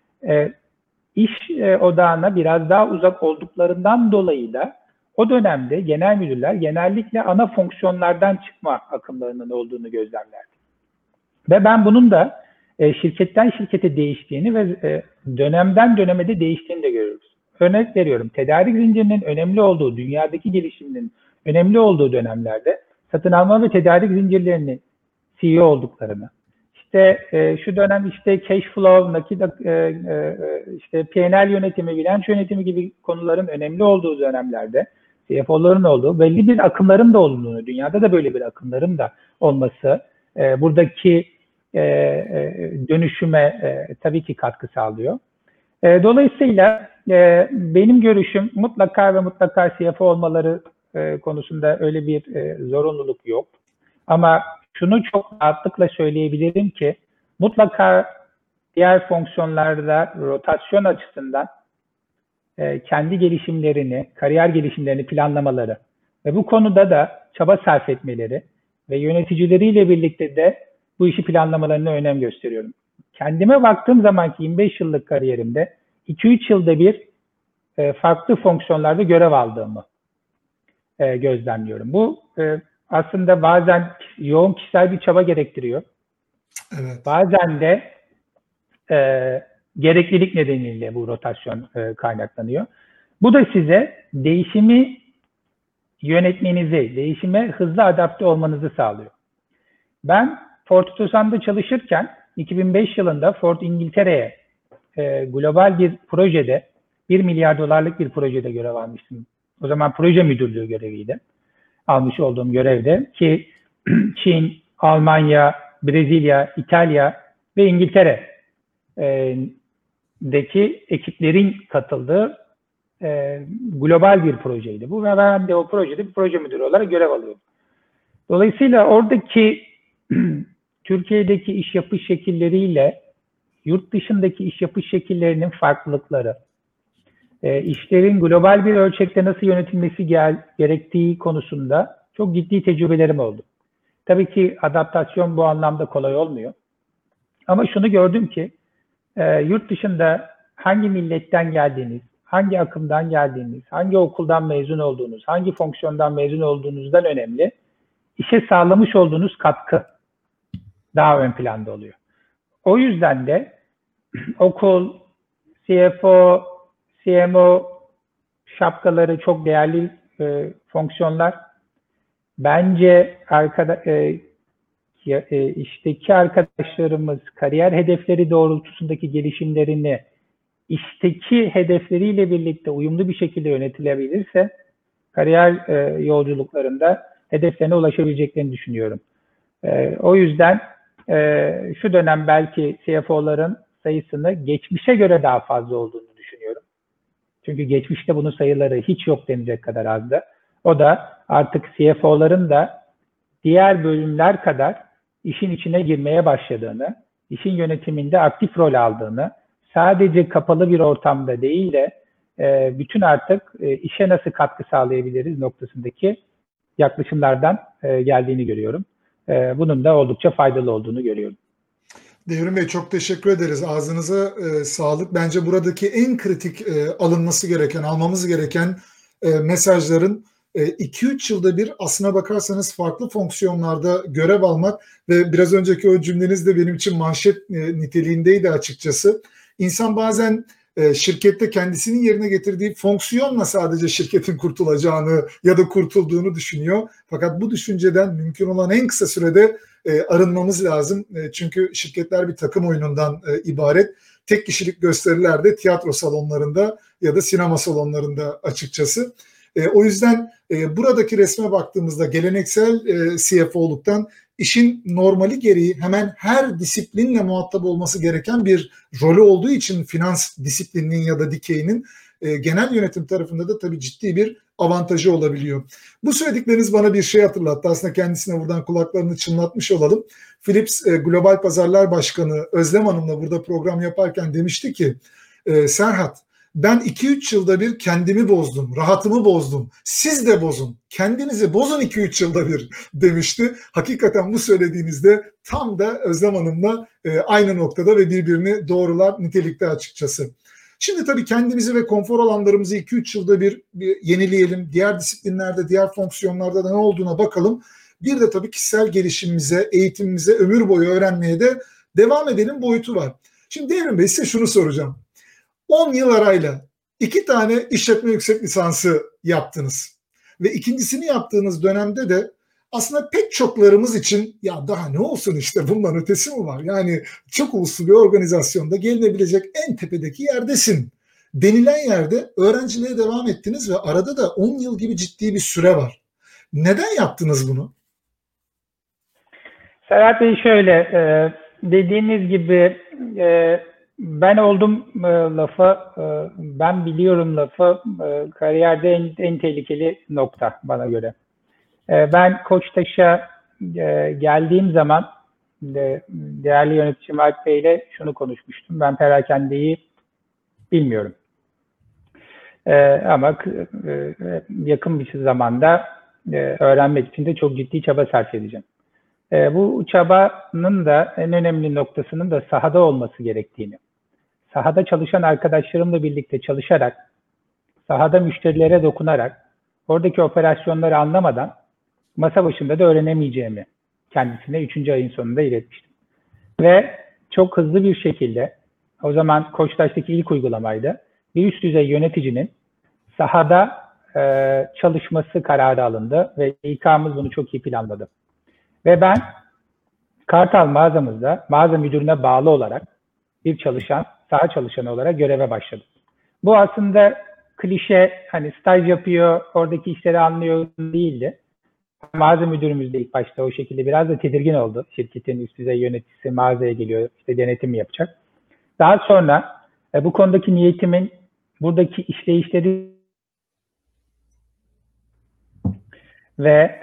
iş odağına biraz daha uzak olduklarından dolayı da o dönemde genel müdürler genellikle ana fonksiyonlardan çıkma akımlarının olduğunu gözlemlerdi. Ve ben bunun da şirketten şirkete değiştiğini ve dönemden döneme de değiştiğini de görüyoruz. Örnek veriyorum, tedarik zincirinin önemli olduğu, dünyadaki gelişiminin önemli olduğu dönemlerde satın alma ve tedarik zincirlerinin CEO olduklarını, İşte şu dönem işte cash flow, nakit, işte P&L yönetimi, bilanço yönetimi gibi konuların önemli olduğu dönemlerde CFO'ların olduğu, belli bir akımların da olduğunu, dünyada da böyle bir akımların da olması buradaki dönüşüme tabii ki katkı sağlıyor. Dolayısıyla benim görüşüm mutlaka ve mutlaka CFO olmaları konusunda öyle bir zorunluluk yok. Ama şunu çok rahatlıkla söyleyebilirim ki mutlaka diğer fonksiyonlarda rotasyon açısından kendi gelişimlerini, kariyer gelişimlerini planlamaları ve bu konuda da çaba sarf etmeleri ve yöneticileriyle birlikte de bu işi planlamalarına önem gösteriyorum. Kendime baktığım zamanki 25 yıllık kariyerimde 2-3 yılda bir farklı fonksiyonlarda görev aldığımı gözlemliyorum. Bu aslında bazen yoğun kişisel bir çaba gerektiriyor. Evet. Bazen de gereklilik nedeniyle bu rotasyon kaynaklanıyor. Bu da size değişimi yönetmenizi, değişime hızlı adapte olmanızı sağlıyor. Ben Ford Otosan'da çalışırken 2005 yılında Ford İngiltere'ye global bir projede 1 milyar dolarlık bir projede görev almıştım. O zaman proje müdürlüğü göreviydi. Almış olduğum görevde ki Çin, Almanya, Brezilya, İtalya ve İngiltere'deki ekiplerin katıldığı global bir projeydi bu ve ben de o projede bir proje müdürü olarak görev alıyorum. Dolayısıyla oradaki Türkiye'deki iş yapış şekilleriyle yurt dışındaki iş yapış şekillerinin farklılıkları, işlerin global bir ölçekte nasıl yönetilmesi gerektiği konusunda çok ciddi tecrübelerim oldu. Tabii ki adaptasyon bu anlamda kolay olmuyor. Ama şunu gördüm ki yurt dışında hangi milletten geldiğiniz, hangi akımdan geldiğiniz, hangi okuldan mezun olduğunuz, hangi fonksiyondan mezun olduğunuzdan önemli, işe sağlamış olduğunuz katkı daha ön planda oluyor. O yüzden de okul, CFO, CMO şapkaları çok değerli fonksiyonlar. Bence işteki arkadaşlarımız kariyer hedefleri doğrultusundaki gelişimlerini işteki hedefleriyle birlikte uyumlu bir şekilde yönetilebilirse kariyer yolculuklarında hedeflerine ulaşabileceklerini düşünüyorum. O yüzden şu dönem belki CFO'ların sayısını geçmişe göre daha fazla olduğunu düşünüyorum. Çünkü geçmişte bunun sayıları hiç yok denecek kadar azdı. O da artık CFO'ların da diğer bölümler kadar işin içine girmeye başladığını, işin yönetiminde aktif rol aldığını, sadece kapalı bir ortamda değil de bütün artık işe nasıl katkı sağlayabiliriz noktasındaki yaklaşımlardan geldiğini görüyorum. Bunun da oldukça faydalı olduğunu görüyorum. Devrim Bey çok teşekkür ederiz. Ağzınıza sağlık. Bence buradaki en kritik alınması gereken, almamız gereken mesajların 2-3 yılda bir aslına bakarsanız farklı fonksiyonlarda görev almak ve biraz önceki o cümleniz de benim için manşet niteliğindeydi açıkçası. İnsan bazen şirkette kendisinin yerine getirdiği fonksiyonla sadece şirketin kurtulacağını ya da kurtulduğunu düşünüyor. Fakat bu düşünceden mümkün olan en kısa sürede arınmamız lazım. Çünkü şirketler bir takım oyunundan ibaret. Tek kişilik gösterilerde tiyatro salonlarında ya da sinema salonlarında açıkçası. O yüzden buradaki resme baktığımızda geleneksel CFO'luktan işin normali gereği hemen her disiplinle muhatap olması gereken bir rolü olduğu için finans disiplininin ya da dikeyinin genel yönetim tarafında da tabii ciddi bir avantajı olabiliyor. Bu söyledikleriniz bana bir şey hatırlattı. Aslında kendisine buradan kulaklarını çınlatmış olalım. Philips Global Pazarlar Başkanı Özlem Hanım'la burada program yaparken demişti ki Serhat, ben 2-3 yılda bir kendimi bozdum, rahatımı bozdum. Siz de bozun, kendinizi bozun 2-3 yılda bir demişti. Hakikaten bu söylediğinizde tam da Özlem Hanım'la aynı noktada ve birbirini doğrular nitelikte açıkçası. Şimdi tabii kendimizi ve konfor alanlarımızı 2-3 yılda bir yenileyelim. Diğer disiplinlerde, diğer fonksiyonlarda da ne olduğuna bakalım. Bir de tabii kişisel gelişimimize, eğitimimize, ömür boyu öğrenmeye de devam edelim boyutu var. Şimdi Devrim Bey size şunu soracağım. 10 yıl arayla 2 tane işletme yüksek lisansı yaptınız. Ve ikincisini yaptığınız dönemde de aslında pek çoklarımız için ya daha ne olsun işte bundan ötesi mi var? Yani çok uluslu bir organizasyonda gelinebilecek en tepedeki yerdesin denilen yerde öğrenciliğe devam ettiniz ve arada da 10 yıl gibi ciddi bir süre var. Neden yaptınız bunu? Serhat Bey şöyle, dediğiniz gibi Ben oldum lafı, ben biliyorum lafı kariyerde en tehlikeli nokta bana göre. Ben Koçtaş'a geldiğim zaman değerli yöneticim Alp Bey ile şunu konuşmuştum. Ben perakendeyi bilmiyorum. Ama yakın bir zamanda öğrenmek için de çok ciddi çaba sarf edeceğim. Bu çabanın da en önemli noktasının da sahada olması gerektiğini, sahada çalışan arkadaşlarımla birlikte çalışarak, sahada müşterilere dokunarak, oradaki operasyonları anlamadan masa başında da öğrenemeyeceğimi kendisine 3. ayın sonunda iletmiştim. Ve çok hızlı bir şekilde, o zaman Koçtaş'taki ilk uygulamaydı, bir üst düzey yöneticinin sahada çalışması kararı alındı ve İK'mız bunu çok iyi planladı. Ve ben Kartal mağazamızda mağaza müdürüne bağlı olarak bir çalışan, saha çalışanı olarak göreve başladım. Bu aslında klişe, hani staj yapıyor, oradaki işleri anlıyor değildi. Mağaza müdürümüz de ilk başta o şekilde biraz da tedirgin oldu. Şirketin üst düzey yöneticisi mağazaya geliyor, işte denetim yapacak. Daha sonra bu konudaki niyetimin buradaki işleyişleri ve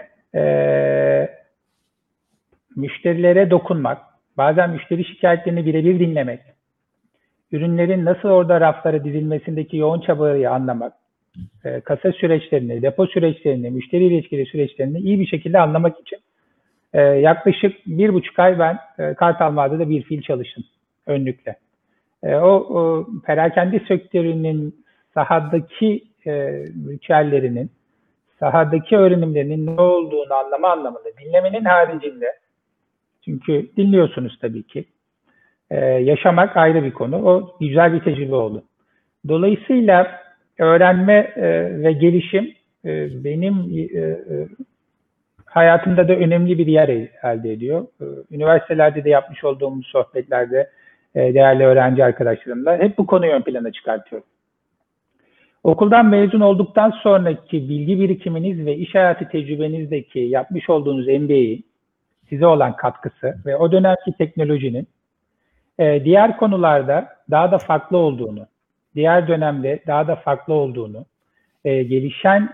müşterilere dokunmak, bazen müşteri şikayetlerini birebir dinlemek, ürünlerin nasıl orada raflara dizilmesindeki yoğun çabayı anlamak, kasa süreçlerini, depo süreçlerini, müşteri ilişkili süreçlerini iyi bir şekilde anlamak için yaklaşık 1,5 ay ben Kartal Mağaza'da bir fiil çalıştım önlükle. O perakende sektörünün sahadaki ritüellerinin, sahadaki öğrenimlerinin ne olduğunu anlama anlamında dinlemenin haricinde, çünkü dinliyorsunuz tabii ki, yaşamak ayrı bir konu. O güzel bir tecrübe oldu. Dolayısıyla öğrenme ve gelişim benim hayatımda da önemli bir yer elde ediyor. Üniversitelerde de yapmış olduğum sohbetlerde değerli öğrenci arkadaşlarımla hep bu konuyu ön plana çıkartıyorum. Okuldan mezun olduktan sonraki bilgi birikiminiz ve iş hayatı tecrübenizdeki yapmış olduğunuz MBA'in size olan katkısı ve o dönemki teknolojinin diğer konularda daha da farklı olduğunu, diğer dönemde daha da farklı olduğunu, gelişen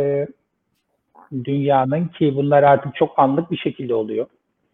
dünyanın, ki bunlar artık çok anlık bir şekilde oluyor,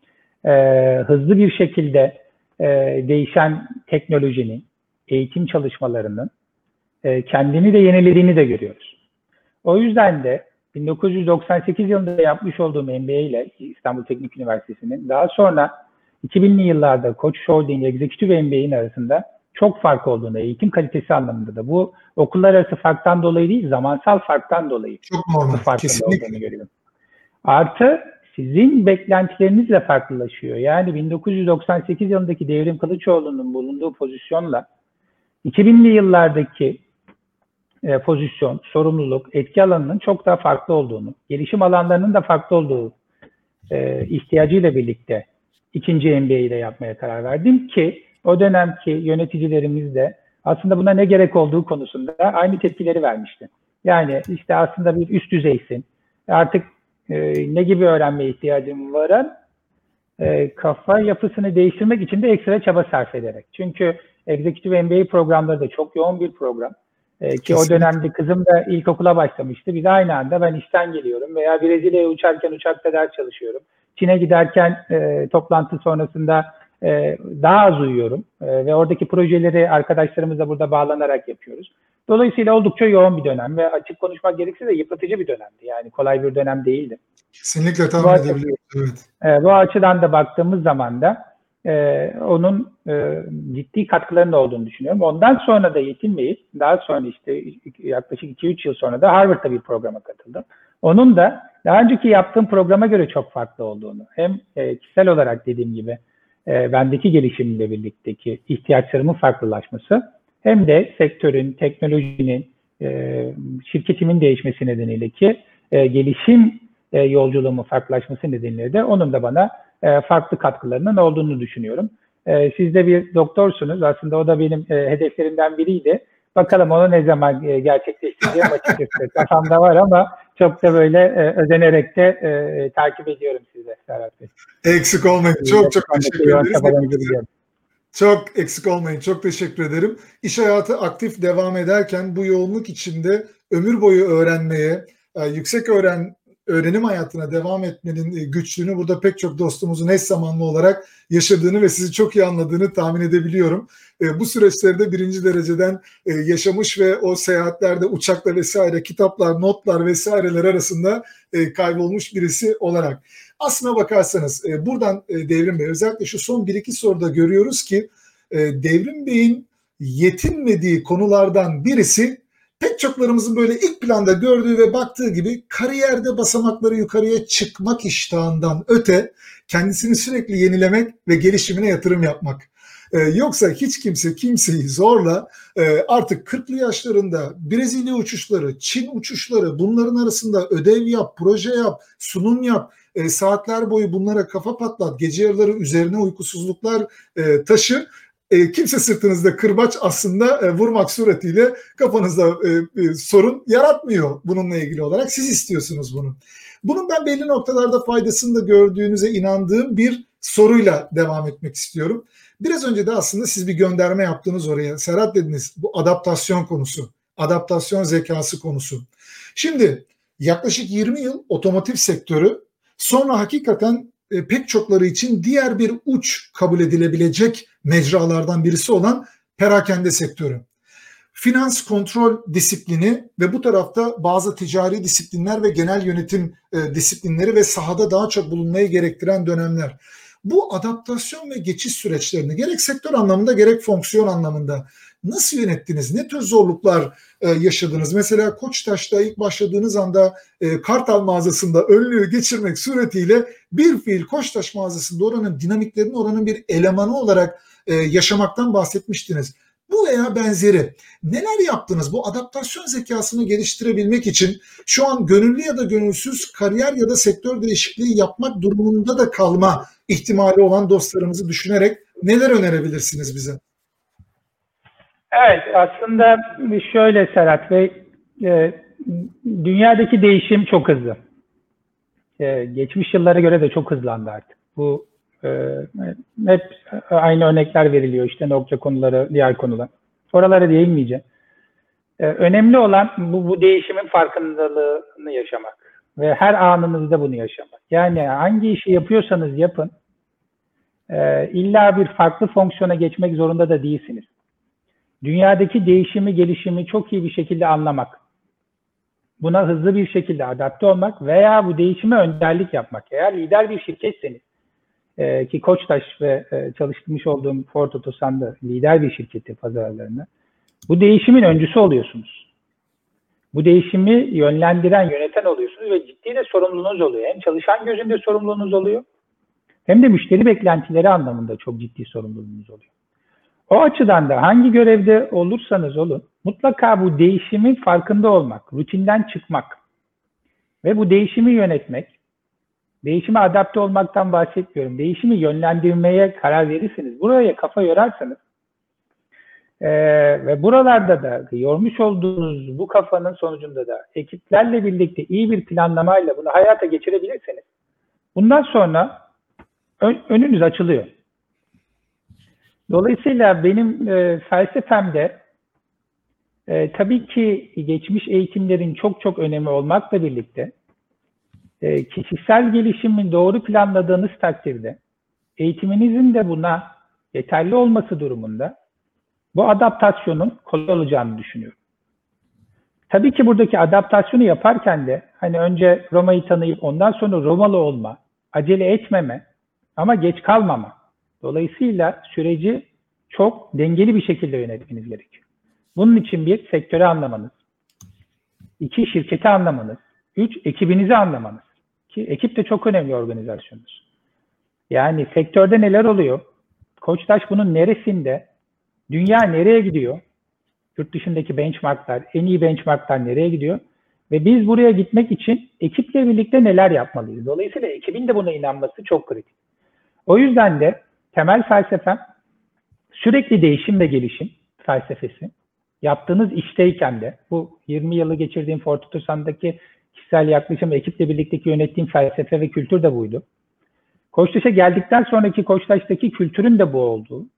hızlı bir şekilde değişen teknolojinin, eğitim çalışmalarının kendini de yenilediğini de görüyoruz. O yüzden de 1998 yılında yapmış olduğum MBA ile İstanbul Teknik Üniversitesi'nin, daha sonra 2000'li yıllarda Koç Holding Executive MBA'nin arasında çok fark olduğunu, eğitim kalitesi anlamında da, bu okullar arası farktan dolayı değil, zamansal farktan dolayı çok normal, bu farkın kesinlikle olduğunu görüyorum. Artı sizin beklentilerinizle farklılaşıyor. Yani 1998 yılındaki Devrim Kılıçoğlu'nun bulunduğu pozisyonla 2000'li yıllardaki pozisyon, sorumluluk, etki alanının çok daha farklı olduğunu, gelişim alanlarının da farklı olduğu ihtiyacıyla birlikte ikinci MBA ile yapmaya karar verdim ki o dönemki yöneticilerimiz de aslında buna ne gerek olduğu konusunda aynı tepkileri vermişti. Yani işte aslında bir üst düzeysin, artık ne gibi öğrenmeye ihtiyacım var, kafa yapısını değiştirmek için de ekstra çaba sarf ederek. Çünkü Executive MBA programları da çok yoğun bir program. Ki o dönemde kızım da ilkokula başlamıştı. Biz aynı anda, ben işten geliyorum veya Brezilya'ya uçarken uçakta ders çalışıyorum. Çin'e giderken toplantı sonrasında daha az uyuyorum. Ve oradaki projeleri arkadaşlarımızla burada bağlanarak yapıyoruz. Dolayısıyla oldukça yoğun bir dönem ve açık konuşmak gerekirse de yıpratıcı bir dönemdi. Yani kolay bir dönem değildi. Kesinlikle tahmin edebiliyorum. Evet. Bu açıdan da baktığımız zaman da onun ciddi katkılarının olduğunu düşünüyorum. Ondan sonra da yetinmeyip daha sonra işte yaklaşık 2-3 yıl sonra da Harvard'da bir programa katıldım. Onun da daha önceki yaptığım programa göre çok farklı olduğunu, hem kişisel olarak dediğim gibi bendeki gelişimle birlikteki ihtiyaçlarımın farklılaşması, hem de sektörün, teknolojinin, şirketimin değişmesi nedeniyle ki gelişim yolculuğumun farklılaşması nedeniyle de onun da bana farklı katkılarının olduğunu düşünüyorum. Siz de bir doktorsunuz. Aslında o da benim hedeflerimden biriydi. Bakalım onu ne zaman gerçekleştireceğim açıkçası. Kafamda var ama çok da böyle özenerek de takip ediyorum sizi Serhat Bey. Eksik olmayın. Çok teşekkür ederiz. Çok eksik olmayın. Çok teşekkür ederim. İş hayatı aktif devam ederken bu yoğunluk içinde ömür boyu öğrenmeye, yüksek öğrenim hayatına devam etmenin güçlüğünü burada pek çok dostumuzun eş zamanlı olarak yaşadığını ve sizi çok iyi anladığını tahmin edebiliyorum. Bu süreçlerde birinci dereceden yaşamış ve o seyahatlerde uçakla vesaire, kitaplar, notlar vesaireler arasında kaybolmuş birisi olarak. Aslına bakarsanız buradan Devrim Bey, özellikle şu son 1-2 soruda görüyoruz ki Devrim Bey'in yetinmediği konulardan birisi, pek çoklarımızın böyle ilk planda gördüğü ve baktığı gibi, kariyerde basamakları yukarıya çıkmak iştahından öte kendisini sürekli yenilemek ve gelişimine yatırım yapmak. Yoksa hiç kimse kimseyi zorla artık 40'lı yaşlarında Brezilya uçuşları, Çin uçuşları, bunların arasında ödev yap, proje yap, sunum yap, saatler boyu bunlara kafa patlat, gece yarıları üzerine uykusuzluklar taşı. Kimse sırtınızda kırbaç aslında vurmak suretiyle kafanızda sorun yaratmıyor bununla ilgili olarak. Siz istiyorsunuz bunu. Bunun ben belli noktalarda faydasını da gördüğünüze inandığım bir soruyla devam etmek istiyorum. Biraz önce de aslında siz bir gönderme yaptınız oraya. Serhat dediniz, bu adaptasyon konusu, adaptasyon zekası konusu. Şimdi yaklaşık 20 yıl otomotiv sektörü, sonra hakikaten pek çokları için diğer bir uç kabul edilebilecek mecralardan birisi olan perakende sektörü. Finans kontrol disiplini ve bu tarafta bazı ticari disiplinler ve genel yönetim disiplinleri ve sahada daha çok bulunmayı gerektiren dönemler. Bu adaptasyon ve geçiş süreçlerini gerek sektör anlamında gerek fonksiyon anlamında nasıl yönettiniz? Ne tür zorluklar yaşadınız? Mesela Koçtaş'ta ilk başladığınız anda Kartal mağazasında önlüğü geçirmek suretiyle bir fiil Koçtaş mağazasında oranın dinamiklerini, oranın bir elemanı olarak yaşamaktan bahsetmiştiniz. Bu veya benzeri neler yaptınız bu adaptasyon zekasını geliştirebilmek için? Şu an gönüllü ya da gönülsüz kariyer ya da sektör değişikliği yapmak durumunda da kalma ihtimali olan dostlarımızı düşünerek neler önerebilirsiniz bize? Evet, aslında şöyle Serhat Bey, dünyadaki değişim çok hızlı. Geçmiş yıllara göre de çok hızlandı artık. Bu hep aynı örnekler veriliyor, işte Nokia konuları, diğer konular. Oralara değinmeyeceğim. Önemli olan bu değişimin farkındalığını yaşamak ve her anınızda bunu yaşamak. Yani hangi işi yapıyorsanız yapın, illa bir farklı fonksiyona geçmek zorunda da değilsiniz. Dünyadaki değişimi, gelişimi çok iyi bir şekilde anlamak, buna hızlı bir şekilde adapte olmak veya bu değişime önderlik yapmak. Eğer lider bir şirketseniz, ki Koçtaş ve çalıştırmış olduğum Ford Otosan'da lider bir şirketi pazarlarında, bu değişimin öncüsü oluyorsunuz. Bu değişimi yönlendiren, yöneten oluyorsunuz ve ciddi de sorumluluğunuz oluyor. Hem çalışan gözünde sorumluluğunuz oluyor, hem de müşteri beklentileri anlamında çok ciddi sorumluluğunuz oluyor. O açıdan da hangi görevde olursanız olun, mutlaka bu değişimin farkında olmak, rutinden çıkmak ve bu değişimi yönetmek, değişime adapte olmaktan bahsetmiyorum, değişimi yönlendirmeye karar verirseniz, buraya kafa yorarsanız ve buralarda da yormuş olduğunuz bu kafanın sonucunda da ekiplerle birlikte iyi bir planlamayla bunu hayata geçirebilirseniz, bundan sonra önünüz açılıyor. Dolayısıyla benim felsefemde tabii ki geçmiş eğitimlerin çok önemi olmakla birlikte kişisel gelişimi doğru planladığınız takdirde eğitiminizin de buna yeterli olması durumunda bu adaptasyonun kolay olacağını düşünüyorum. Tabii ki buradaki adaptasyonu yaparken de hani önce Roma'yı tanıyıp ondan sonra Romalı olma, acele etmeme ama geç kalmama. Dolayısıyla süreci çok dengeli bir şekilde yönetmeniz gerekiyor. Bunun için bir, sektörü anlamanız. 2, şirketi anlamanız. 3, ekibinizi anlamanız. Ki ekip de çok önemli organizasyonunuz. Yani sektörde neler oluyor? Koçtaş bunun neresinde? Dünya nereye gidiyor? Yurt dışındaki benchmarklar, en iyi benchmarklar nereye gidiyor? Ve biz buraya gitmek için ekiple birlikte neler yapmalıyız? Dolayısıyla ekibin de buna inanması çok kritik. O yüzden de temel felsefem sürekli değişim ve gelişim felsefesi. Yaptığınız işteyken de, bu 20 yılı geçirdiğim Ford Otosan'daki kişisel yaklaşım ve ekiple birlikteki yönettiğim felsefe ve kültür de buydu. Koçtaş'a geldikten sonraki Koçtaş'taki kültürün de bu olduğu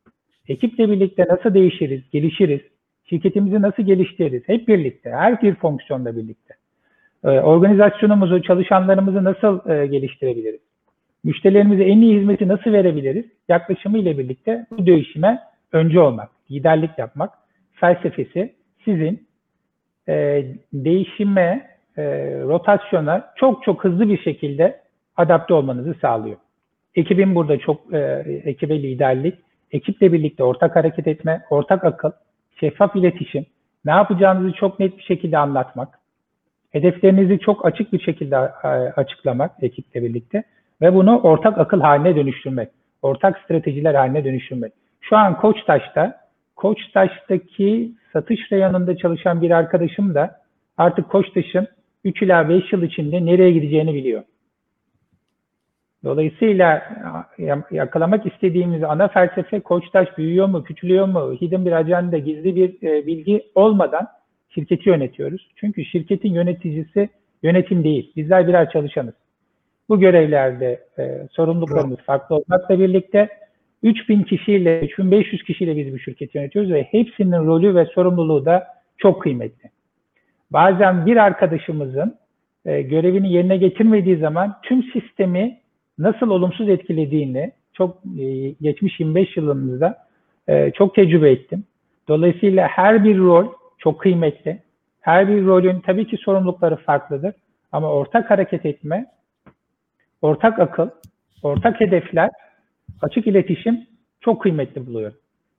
Ekiple birlikte nasıl değişiriz, gelişiriz, şirketimizi nasıl geliştiririz, hep birlikte, her bir fonksiyonla birlikte. Organizasyonumuzu, çalışanlarımızı nasıl geliştirebiliriz? Müşterilerimize en iyi hizmeti nasıl verebiliriz? Yaklaşımı ile birlikte bu değişime öncü olmak, liderlik yapmak felsefesi sizin değişime, rotasyona çok hızlı bir şekilde adapte olmanızı sağlıyor. Ekibin burada ekibe liderlik, ekiple birlikte ortak hareket etme, ortak akıl, şeffaf iletişim, ne yapacağınızı çok net bir şekilde anlatmak, hedeflerinizi çok açık bir şekilde açıklamak ekiple birlikte ve bunu ortak akıl haline dönüştürmek, ortak stratejiler haline dönüştürmek. Şu an Koçtaş'taki satış reyonunda çalışan bir arkadaşım da artık Koçtaş'ın 3 ila 5 yıl içinde nereye gideceğini biliyor. Dolayısıyla yakalamak istediğimiz ana felsefe Koçtaş büyüyor mu, küçülüyor mu, hidden bir ajanda, gizli bir bilgi olmadan şirketi yönetiyoruz. Çünkü şirketin yöneticisi yönetim değil. Bizler birer çalışanız. Bu görevlerde sorumluluklarımız farklı olmakla birlikte 3000 kişiyle, 3500 kişiyle biz bu şirketi yönetiyoruz ve hepsinin rolü ve sorumluluğu da çok kıymetli. Bazen bir arkadaşımızın görevini yerine getirmediği zaman tüm sistemi nasıl olumsuz etkilediğini geçmiş 25 yılımızda çok tecrübe ettim. Dolayısıyla her bir rol çok kıymetli. Her bir rolün tabii ki sorumlulukları farklıdır. Ama ortak hareket etme, ortak akıl, ortak hedefler, açık iletişim çok kıymetli buluyorum.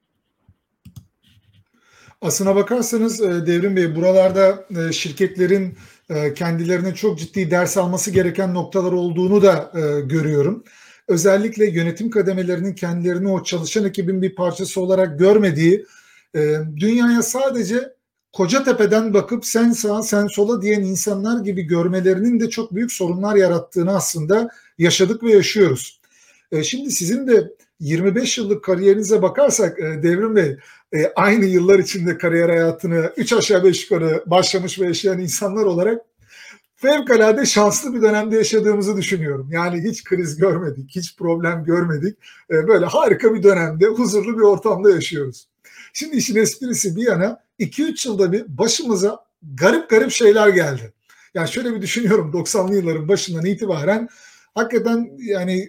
Aslına bakarsanız Devrim Bey, buralarda şirketlerin kendilerine çok ciddi ders alması gereken noktalar olduğunu da görüyorum. Özellikle yönetim kademelerinin kendilerini o çalışan ekibin bir parçası olarak görmediği, dünyaya sadece Kocatepe'den bakıp sen sağa sen sola diyen insanlar gibi görmelerinin de çok büyük sorunlar yarattığını aslında yaşadık ve yaşıyoruz. Şimdi sizin de 25 yıllık kariyerinize bakarsak Devrim Bey, aynı yıllar içinde kariyer hayatını 3 aşağı 5 yukarı başlamış ve yaşayan insanlar olarak fevkalade şanslı bir dönemde yaşadığımızı düşünüyorum. Yani hiç kriz görmedik, hiç problem görmedik. Böyle harika bir dönemde, huzurlu bir ortamda yaşıyoruz. Şimdi işin esprisi bir yana 2-3 yılda bir başımıza garip şeyler geldi. Yani şöyle bir düşünüyorum, 90'lı yılların başından itibaren hakikaten yani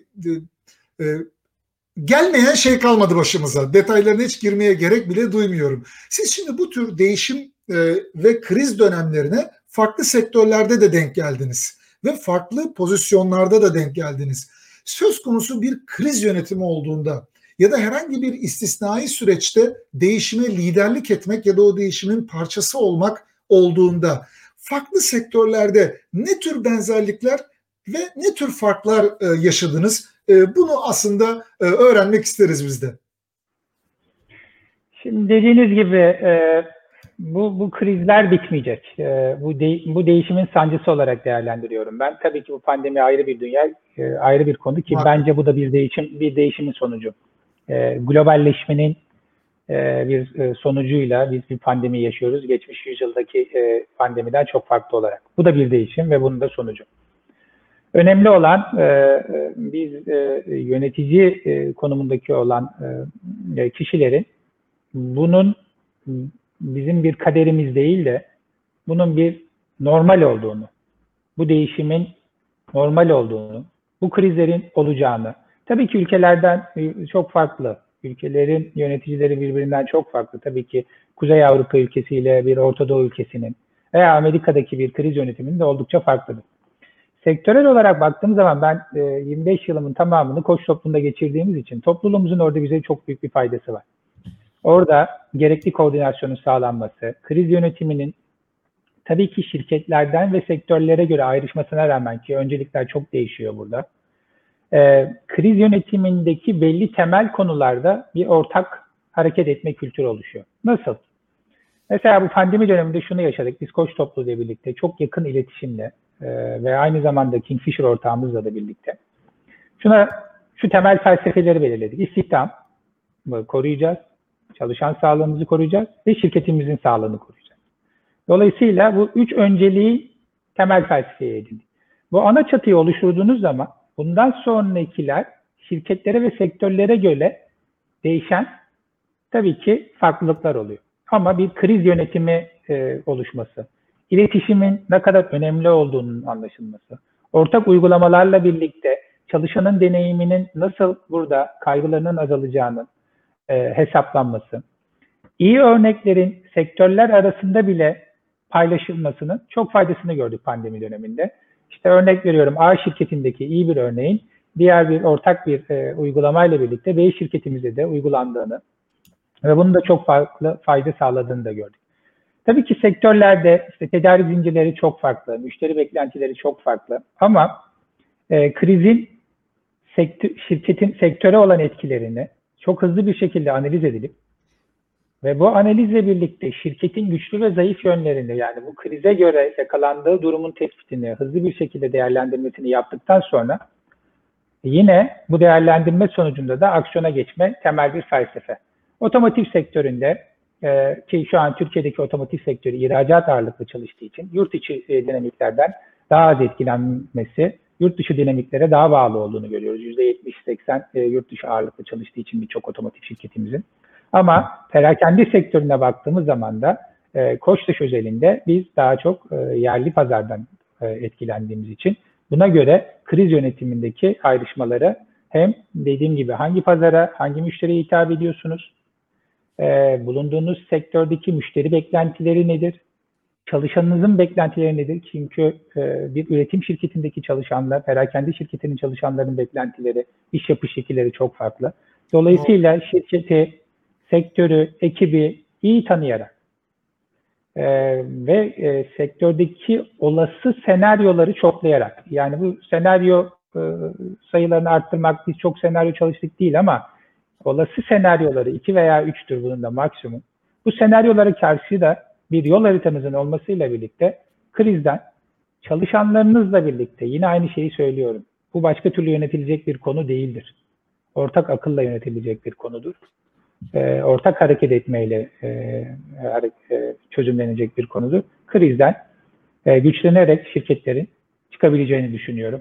gelmeyen şey kalmadı başımıza. Detaylarına hiç girmeye gerek bile duymuyorum. Siz şimdi bu tür değişim ve kriz dönemlerine farklı sektörlerde de denk geldiniz. Ve farklı pozisyonlarda da denk geldiniz. Söz konusu bir kriz yönetimi olduğunda ya da herhangi bir istisnai süreçte değişime liderlik etmek ya da o değişimin parçası olmak olduğunda farklı sektörlerde ne tür benzerlikler ve ne tür farklar yaşadınız? Bunu aslında öğrenmek isteriz biz de. Şimdi dediğiniz gibi bu krizler bitmeyecek. Bu değişimin sancısı olarak değerlendiriyorum ben. Tabii ki bu pandemi ayrı bir dünya, ayrı bir konu ki bence bu da bir değişimin sonucu. Globalleşmenin bir sonucuyla biz bir pandemi yaşıyoruz. Geçmiş yüzyıldaki pandemiden çok farklı olarak. Bu da bir değişim ve bunun da sonucu. Önemli olan biz yönetici konumundaki olan kişilerin bunun bizim bir kaderimiz değil de bunun bir normal olduğunu, bu değişimin normal olduğunu, bu krizlerin olacağını, tabii ki ülkelerden çok farklı, ülkelerin yöneticileri birbirinden çok farklı. Tabii ki Kuzey Avrupa ülkesiyle bir Orta Doğu ülkesinin veya Amerika'daki bir kriz yönetiminin de oldukça farklıdır. Sektörel olarak baktığım zaman ben 25 yılımın tamamını Koç toplumunda geçirdiğimiz için topluluğumuzun orada bize çok büyük bir faydası var. Orada gerekli koordinasyonun sağlanması, kriz yönetiminin tabii ki şirketlerden ve sektörlere göre ayrışmasına rağmen ki öncelikler çok değişiyor burada. Kriz yönetimindeki belli temel konularda bir ortak hareket etme kültürü oluşuyor. Nasıl? Mesela bu pandemi döneminde şunu yaşadık. Biz Koç topluluğu ile birlikte çok yakın iletişimle ve aynı zamanda Kingfisher ortağımızla da birlikte şu temel felsefeleri belirledik. İstihdam koruyacağız, çalışan sağlığımızı koruyacağız ve şirketimizin sağlığını koruyacağız. Dolayısıyla bu 3 önceliği temel felsefeye edindik. Bu ana çatıyı oluşturduğunuz zaman bundan sonrakiler şirketlere ve sektörlere göre değişen tabii ki farklılıklar oluyor. Ama bir kriz yönetimi oluşması, iletişimin ne kadar önemli olduğunun anlaşılması, ortak uygulamalarla birlikte çalışanın deneyiminin nasıl burada kaygılarının azalacağının hesaplanması, iyi örneklerin sektörler arasında bile paylaşılmasının çok faydasını gördük pandemi döneminde. İşte örnek veriyorum, A şirketindeki iyi bir örneğin diğer bir ortak bir uygulamayla birlikte B şirketimizde de uygulandığını ve bunun da çok farklı fayda sağladığını da gördük. Tabii ki sektörlerde işte tedarik zincirleri çok farklı, müşteri beklentileri çok farklı ama krizin şirketin sektöre olan etkilerini çok hızlı bir şekilde analiz edilip ve bu analizle birlikte şirketin güçlü ve zayıf yönlerini, yani bu krize göre yakalandığı durumun tespitini hızlı bir şekilde değerlendirmesini yaptıktan sonra yine bu değerlendirme sonucunda da aksiyona geçme temel bir felsefe. Otomotiv sektöründe ki şu an Türkiye'deki otomotiv sektörü ihracat ağırlıklı çalıştığı için yurt içi dinamiklerden daha az etkilenmesi, yurt dışı dinamiklere daha bağlı olduğunu görüyoruz. %70-80 yurt dışı ağırlıklı çalıştığı için birçok otomotiv şirketimizin. Ama perakende sektörüne baktığımız zaman da Koçtaş özelinde biz daha çok yerli pazardan etkilendiğimiz için buna göre kriz yönetimindeki ayrışmaları hem dediğim gibi hangi pazara, hangi müşteriye hitap ediyorsunuz, bulunduğunuz sektördeki müşteri beklentileri nedir, çalışanınızın beklentileri nedir? Çünkü bir üretim şirketindeki çalışanlar, perakende şirketinin çalışanların beklentileri, iş yapış şekilleri çok farklı. Dolayısıyla şirketi, sektörü, ekibi iyi tanıyarak ve sektördeki olası senaryoları çoklayarak, yani bu senaryo sayılarını arttırmak, biz çok senaryo çalıştık değil ama olası senaryoları 2 veya 3'tür bunun da maksimum. Bu senaryolara karşı da bir yol haritanızın olmasıyla birlikte krizden çalışanlarınızla birlikte yine aynı şeyi söylüyorum. Bu başka türlü yönetilecek bir konu değildir. Ortak akılla yönetilecek bir konudur. Ortak hareket etmeyle çözümlenecek bir konudur. Krizden güçlenerek şirketlerin çıkabileceğini düşünüyorum.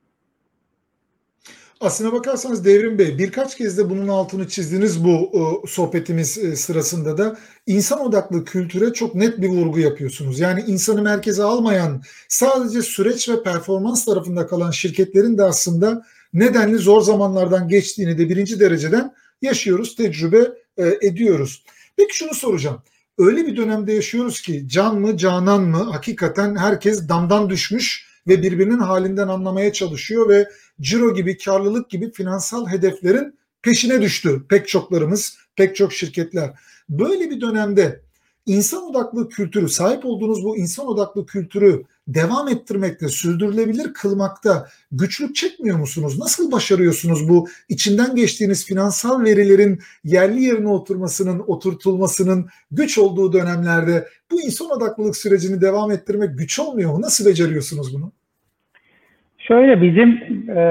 Aslına bakarsanız Devrim Bey, birkaç kez de bunun altını çizdiniz bu sohbetimiz sırasında da. İnsan odaklı kültüre çok net bir vurgu yapıyorsunuz. Yani insanı merkeze almayan, sadece süreç ve performans tarafında kalan şirketlerin de aslında nedenli zor zamanlardan geçtiğini de birinci dereceden yaşıyoruz, tecrübe ediyoruz. Peki şunu soracağım. Öyle bir dönemde yaşıyoruz ki can mı canan mı hakikaten herkes damdan düşmüş ve birbirinin halinden anlamaya çalışıyor ve ciro gibi, karlılık gibi finansal hedeflerin peşine düştü pek çoklarımız, pek çok şirketler. Böyle bir dönemde insan odaklı kültürü, sahip olduğunuz bu insan odaklı kültürü devam ettirmekte, sürdürülebilir kılmakta güçlük çekmiyor musunuz? Nasıl başarıyorsunuz bu içinden geçtiğiniz finansal verilerin yerli yerine oturtulmasının güç olduğu dönemlerde bu insan odaklılık sürecini devam ettirmek güç olmuyor mu? Nasıl beceriyorsunuz bunu? Şöyle, bizim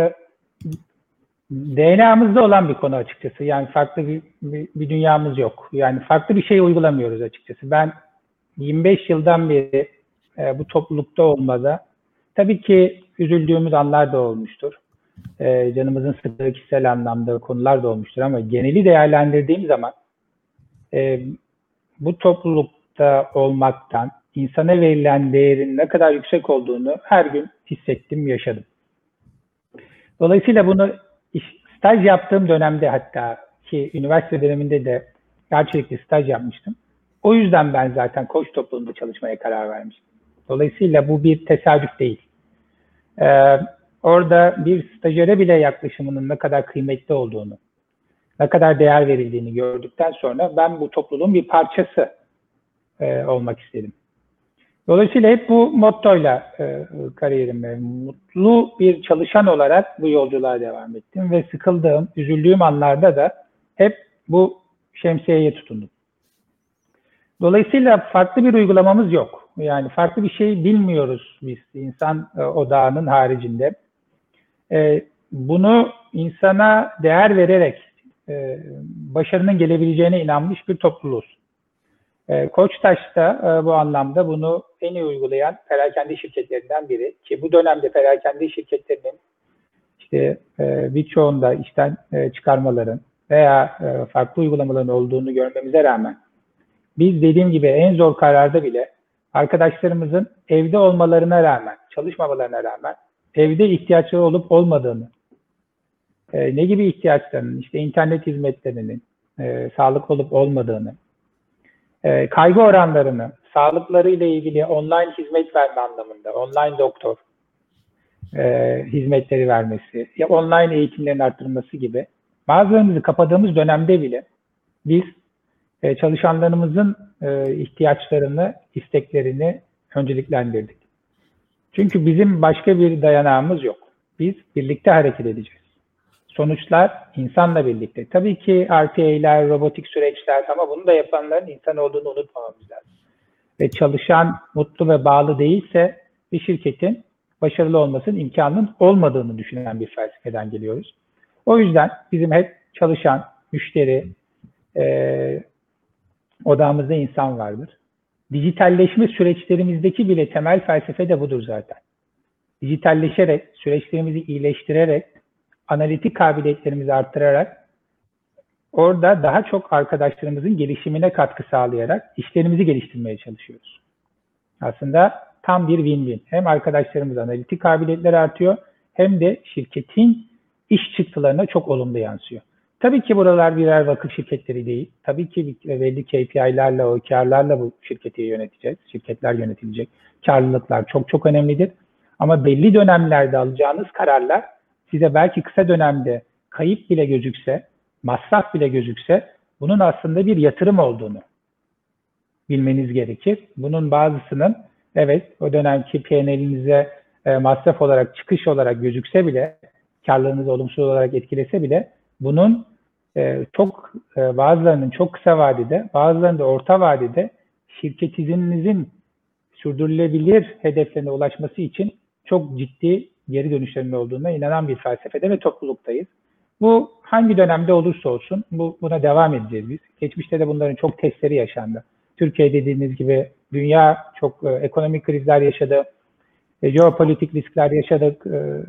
DNA'mızda olan bir konu açıkçası. Yani farklı bir dünyamız yok. Yani farklı bir şey uygulamıyoruz açıkçası. Ben 25 yıldan beri bu toplulukta olmada tabii ki üzüldüğümüz anlar da olmuştur. Canımızın sıktığı kişisel anlamda konular da olmuştur ama geneli değerlendirdiğim zaman bu toplulukta olmaktan insana verilen değerin ne kadar yüksek olduğunu her gün hissettim, yaşadım. Dolayısıyla bunu staj yaptığım dönemde, hatta ki üniversite döneminde de gerçekten staj yapmıştım. O yüzden ben zaten Koç topluluğunda çalışmaya karar vermiştim. Dolayısıyla bu bir tesadüf değil. Orada bir stajyere bile yaklaşımının ne kadar kıymetli olduğunu, ne kadar değer verildiğini gördükten sonra ben bu topluluğun bir parçası olmak istedim. Dolayısıyla hep bu mottoyla kariyerime, mutlu bir çalışan olarak bu yolculuğa devam ettim ve sıkıldığım, üzüldüğüm anlarda da hep bu şemsiyeye tutundum. Dolayısıyla farklı bir uygulamamız yok. Yani farklı bir şey bilmiyoruz biz insan odağının haricinde. Bunu insana değer vererek başarının gelebileceğine inanmış bir topluluğuz. Koçtaş'ta bu anlamda bunu en iyi uygulayan perakende şirketlerinden biri ki bu dönemde perakende şirketlerinin işte birçoğunda işten çıkarmaların, veya farklı uygulamaların olduğunu görmemize rağmen biz dediğim gibi en zor kararda bile arkadaşlarımızın evde olmalarına rağmen, çalışmamalarına rağmen evde ihtiyaçları olup olmadığını, ne gibi ihtiyaçlarının, işte internet hizmetlerinin sağlık olup olmadığını, kaygı oranlarını, sağlıkları ile ilgili online hizmet verme anlamında, online doktor hizmetleri vermesi, ya online eğitimlerin arttırılması gibi bazılarımızı kapadığımız dönemde bile biz çalışanlarımızın ihtiyaçlarını, isteklerini önceliklendirdik. Çünkü bizim başka bir dayanağımız yok. Biz birlikte hareket edeceğiz. Sonuçlar insanla birlikte. Tabii ki RPA'ler, robotik süreçler ama bunu da yapanların insan olduğunu unutmamamız lazım. Ve çalışan mutlu ve bağlı değilse bir şirketin başarılı olmasının imkanının olmadığını düşünen bir felsefeden geliyoruz. O yüzden bizim hep çalışan, müşteri, odamızda insan vardır. Dijitalleşme süreçlerimizdeki bile temel felsefe de budur zaten. Dijitalleşerek, süreçlerimizi iyileştirerek, analitik kabiliyetlerimizi arttırarak, orada daha çok arkadaşlarımızın gelişimine katkı sağlayarak işlerimizi geliştirmeye çalışıyoruz. Aslında tam bir win-win. Hem arkadaşlarımız analitik kabiliyetleri artıyor, hem de şirketin iş çıktılarına çok olumlu yansıyor. Tabii ki buralar birer vakıf şirketleri değil. Tabii ki belli KPI'lerle, OKR'larla bu şirketi yöneteceğiz. Şirketler yönetilecek. Karlılıklar çok çok önemlidir. Ama belli dönemlerde alacağınız kararlar size belki kısa dönemde kayıp bile gözükse, masraf bile gözükse bunun aslında bir yatırım olduğunu bilmeniz gerekir. Bunun bazısının evet o dönemki P&L'inize masraf olarak, çıkış olarak gözükse bile, karlılığınızı olumsuz olarak etkilese bile bunun bazılarının çok kısa vadede, bazılarının da orta vadede şirketinizin sürdürülebilir hedeflerine ulaşması için çok ciddi geri dönüşlerinin olduğuna inanan bir felsefede ve topluluktayız. Bu hangi dönemde olursa olsun buna devam edeceğiz biz. Geçmişte de bunların çok testleri yaşandı. Türkiye dediğiniz gibi dünya çok ekonomik krizler yaşadı, jeopolitik riskler yaşadık.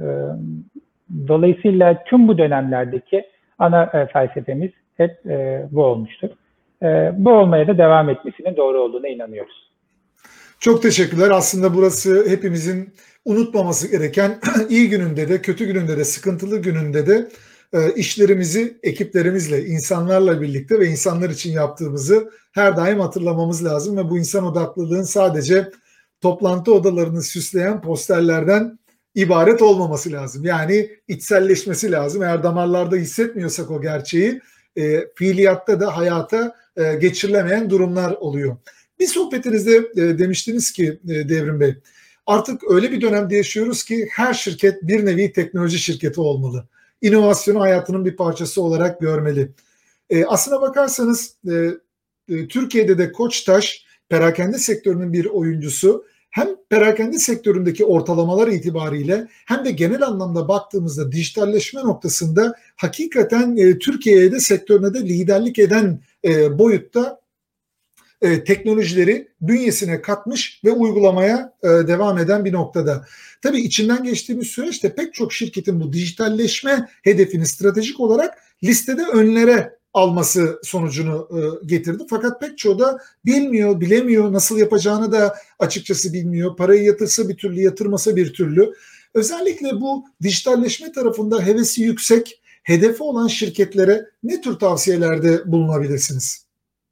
Dolayısıyla tüm bu dönemlerdeki ana felsefemiz hep bu olmuştur. Bu olmaya da devam etmesinin doğru olduğuna inanıyoruz. Çok teşekkürler. Aslında burası hepimizin unutmaması gereken, iyi gününde de, kötü gününde de, sıkıntılı gününde de işlerimizi ekiplerimizle, insanlarla birlikte ve insanlar için yaptığımızı her daim hatırlamamız lazım ve bu insan odaklılığın sadece toplantı odalarını süsleyen posterlerden ibaret olmaması lazım. Yani içselleşmesi lazım. Eğer damarlarda hissetmiyorsak o gerçeği, fiiliyatta da hayata geçirilemeyen durumlar oluyor. Bir sohbetinizde demiştiniz ki Devrim Bey, artık öyle bir dönemde yaşıyoruz ki her şirket bir nevi teknoloji şirketi olmalı. İnovasyonu hayatının bir parçası olarak görmeli. Aslına bakarsanız Türkiye'de de Koçtaş perakende sektörünün bir oyuncusu. Hem perakende sektöründeki ortalamalar itibariyle hem de genel anlamda baktığımızda dijitalleşme noktasında hakikaten Türkiye'de sektörüne de liderlik eden boyutta teknolojileri bünyesine katmış ve uygulamaya devam eden bir noktada. Tabii içinden geçtiğimiz süreçte pek çok şirketin bu dijitalleşme hedefini stratejik olarak listede önlere alması sonucunu getirdi. Fakat pek çoğu da bilmiyor, bilemiyor, nasıl yapacağını da açıkçası bilmiyor. Parayı yatırsa bir türlü, yatırmasa bir türlü. Özellikle bu dijitalleşme tarafında hevesi yüksek, hedefi olan şirketlere ne tür tavsiyelerde bulunabilirsiniz?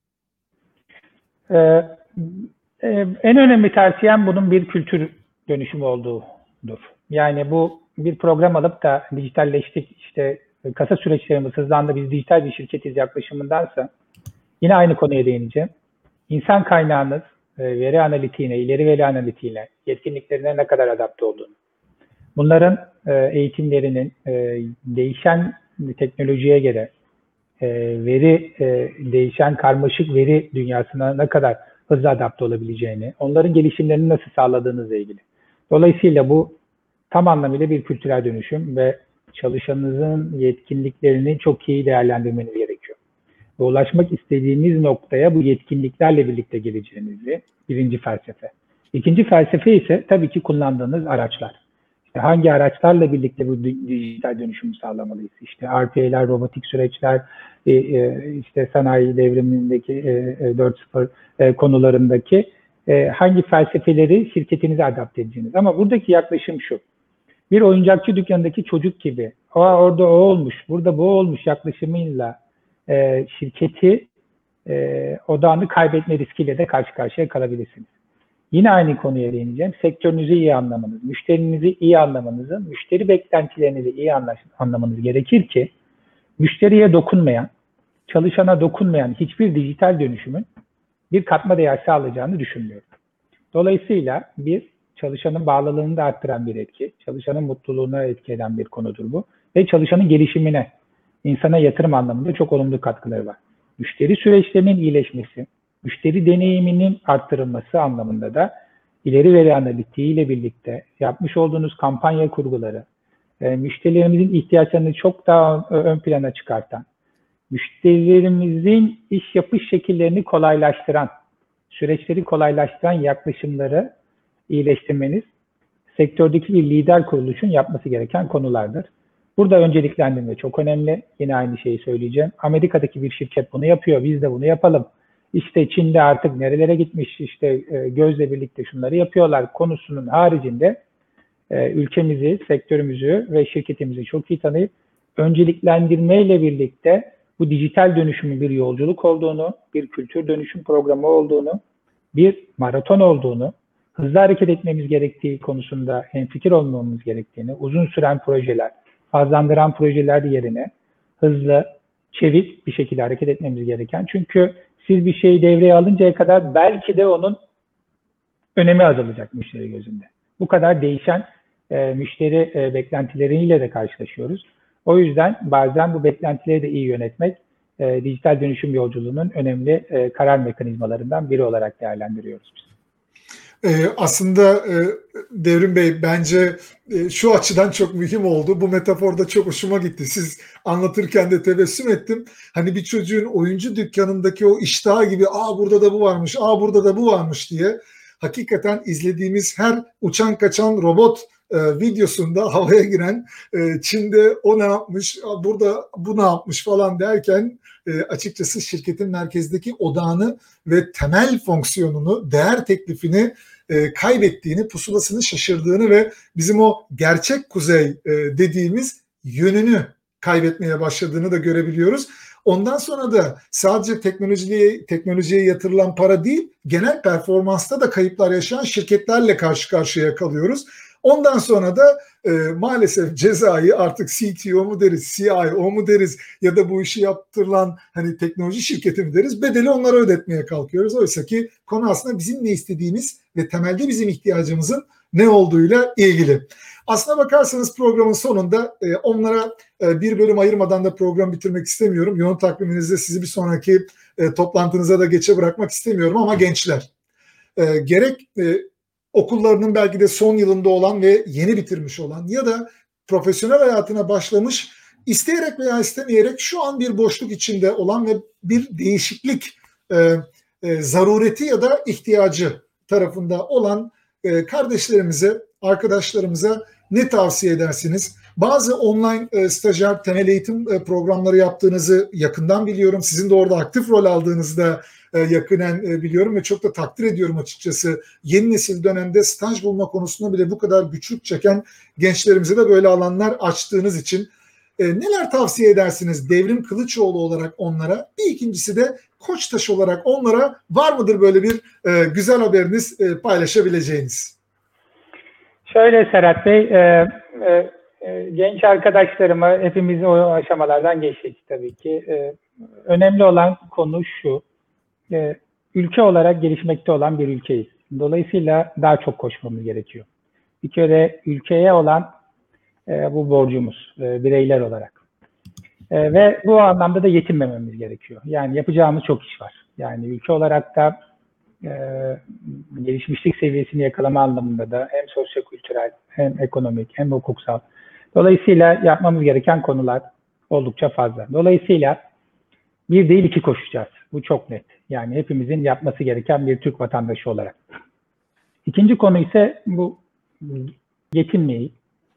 En önemli tavsiyem bunun bir kültür dönüşümü olduğudur. Yani bu bir program alıp da dijitalleştik, işte kasa süreçlerimiz hızlandı, biz dijital bir şirketiz yaklaşımındansa yine aynı konuya değineceğim. İnsan kaynağınız veri analitiğine, ileri veri analitiğine, yetkinliklerine ne kadar adapte olduğunu, bunların eğitimlerinin değişen teknolojiye göre değişen karmaşık veri dünyasına ne kadar hızlı adapte olabileceğini, onların gelişimlerini nasıl sağladığınızla ilgili. Dolayısıyla bu tam anlamıyla bir kültürel dönüşüm ve çalışanınızın yetkinliklerini çok iyi değerlendirmeniz gerekiyor. Ve ulaşmak istediğiniz noktaya bu yetkinliklerle birlikte geleceğinizi birinci felsefe. İkinci felsefe ise tabii ki kullandığınız araçlar. hangi araçlarla birlikte bu dijital dönüşümü sağlamalıyız? İşte RPA'ler, robotik süreçler, işte sanayi devrimindeki 4.0 konularındaki hangi felsefeleri şirketinize adapte edeceğiniz. Ama buradaki yaklaşım şu. Bir oyuncakçı dükkanındaki çocuk gibi, orada o olmuş, burada bu olmuş yaklaşımıyla şirketi odağını kaybetme riskiyle de karşı karşıya kalabilirsiniz. Yine aynı konuya değineceğim. Sektörünüzü iyi anlamanız, müşterinizi iyi anlamanızı, müşteri beklentilerini iyi anlamanız gerekir ki müşteriye dokunmayan, çalışana dokunmayan hiçbir dijital dönüşümün bir katma değer sağlayacağını düşünmüyorum. Dolayısıyla çalışanın bağlılığını da arttıran bir etki, çalışanın mutluluğuna etki eden bir konudur bu ve çalışanın gelişimine, insana yatırım anlamında çok olumlu katkıları var. Müşteri süreçlerinin iyileşmesi, müşteri deneyiminin arttırılması anlamında da ileri veri analitiği ile birlikte yapmış olduğunuz kampanya kurguları, müşterilerimizin ihtiyaçlarını çok daha ön plana çıkartan, müşterilerimizin iş yapış şekillerini kolaylaştıran, süreçleri kolaylaştıran yaklaşımları iyileştirmeniz sektördeki bir lider kuruluşun yapması gereken konulardır. Burada önceliklendirme çok önemli. Yine aynı şeyi söyleyeceğim. Amerika'daki bir şirket bunu yapıyor, biz de bunu yapalım. İşte Çin'de artık nerelere gitmiş, işte Gözle birlikte şunları yapıyorlar konusunun haricinde ülkemizi, sektörümüzü ve şirketimizi çok iyi tanıyıp önceliklendirmeyle birlikte bu dijital dönüşümün bir yolculuk olduğunu, bir kültür dönüşüm programı olduğunu, bir maraton olduğunu, hızlı hareket etmemiz gerektiği konusunda hemfikir olmamız gerektiğini, uzun süren projeler, fazlandıran projeler yerine hızlı, çevik bir şekilde hareket etmemiz gereken. Çünkü siz bir şeyi devreye alıncaya kadar belki de onun önemi azalacak müşteri gözünde. Bu kadar değişen müşteri beklentileriyle de karşılaşıyoruz. O yüzden bazen bu beklentileri de iyi yönetmek dijital dönüşüm yolculuğunun önemli karar mekanizmalarından biri olarak değerlendiriyoruz biz. Aslında Devrim Bey bence şu açıdan çok mühim oldu. Bu metaforda çok hoşuma gitti. Siz anlatırken de tebessüm ettim. Hani bir çocuğun oyuncu dükkanındaki o iştahı gibi burada da bu varmış, burada da bu varmış diye. Hakikaten izlediğimiz her uçan kaçan robot videosunda havaya giren Çin'de o ne yapmış, burada bu ne yapmış falan derken açıkçası şirketin merkezdeki odağını ve temel fonksiyonunu, değer teklifini kaybettiğini, pusulasını şaşırdığını ve bizim o gerçek kuzey dediğimiz yönünü kaybetmeye başladığını da görebiliyoruz. Ondan sonra da sadece teknolojiye yatırılan para değil, genel performansta da kayıplar yaşayan şirketlerle karşı karşıya kalıyoruz. Ondan sonra da maalesef cezayı artık CTO mu deriz, CIO mu deriz ya da bu işi yaptırılan hani teknoloji şirketi mi deriz, bedeli onlara ödetmeye kalkıyoruz. Oysa ki konu aslında bizim ne istediğimiz ve temelde bizim ihtiyacımızın ne olduğuyla ilgili. Aslına bakarsanız programın sonunda onlara bir bölüm ayırmadan da programı bitirmek istemiyorum. Yoğun takviminizde sizi bir sonraki toplantınıza da geçe bırakmak istemiyorum ama gençler gerek okullarının belki de son yılında olan ve yeni bitirmiş olan ya da profesyonel hayatına başlamış, isteyerek veya istemeyerek şu an bir boşluk içinde olan ve bir değişiklik zarureti ya da ihtiyacı tarafında olan kardeşlerimize, arkadaşlarımıza ne tavsiye edersiniz? Bazı online stajyer temel eğitim programları yaptığınızı yakından biliyorum. Sizin de orada aktif rol aldığınızda yakinen biliyorum ve çok da takdir ediyorum açıkçası. Yeni nesil dönemde staj bulma konusunda bile bu kadar güçlük çeken gençlerimize de böyle alanlar açtığınız için neler tavsiye edersiniz Devrim Kılıçoğlu olarak onlara? Bir ikincisi de Koçtaş olarak onlara var mıdır böyle bir güzel haberiniz paylaşabileceğiniz? Şöyle Serhat Bey, genç arkadaşlarıma hepimiz o aşamalardan geçtik tabii ki. Önemli olan konu şu, ülke olarak gelişmekte olan bir ülkeyiz. Dolayısıyla daha çok koşmamız gerekiyor. Bir kere ülkeye olan bu borcumuz bireyler olarak. Ve bu anlamda da yetinmememiz gerekiyor. Yani yapacağımız çok iş var. Yani ülke olarak da gelişmişlik seviyesini yakalama anlamında da hem sosyo-kültürel hem ekonomik hem hukuksal. Dolayısıyla yapmamız gereken konular oldukça fazla. Dolayısıyla bir değil iki koşacağız. Bu çok net. Yani hepimizin yapması gereken bir Türk vatandaşı olarak. İkinci konu ise bu yetinmeyi,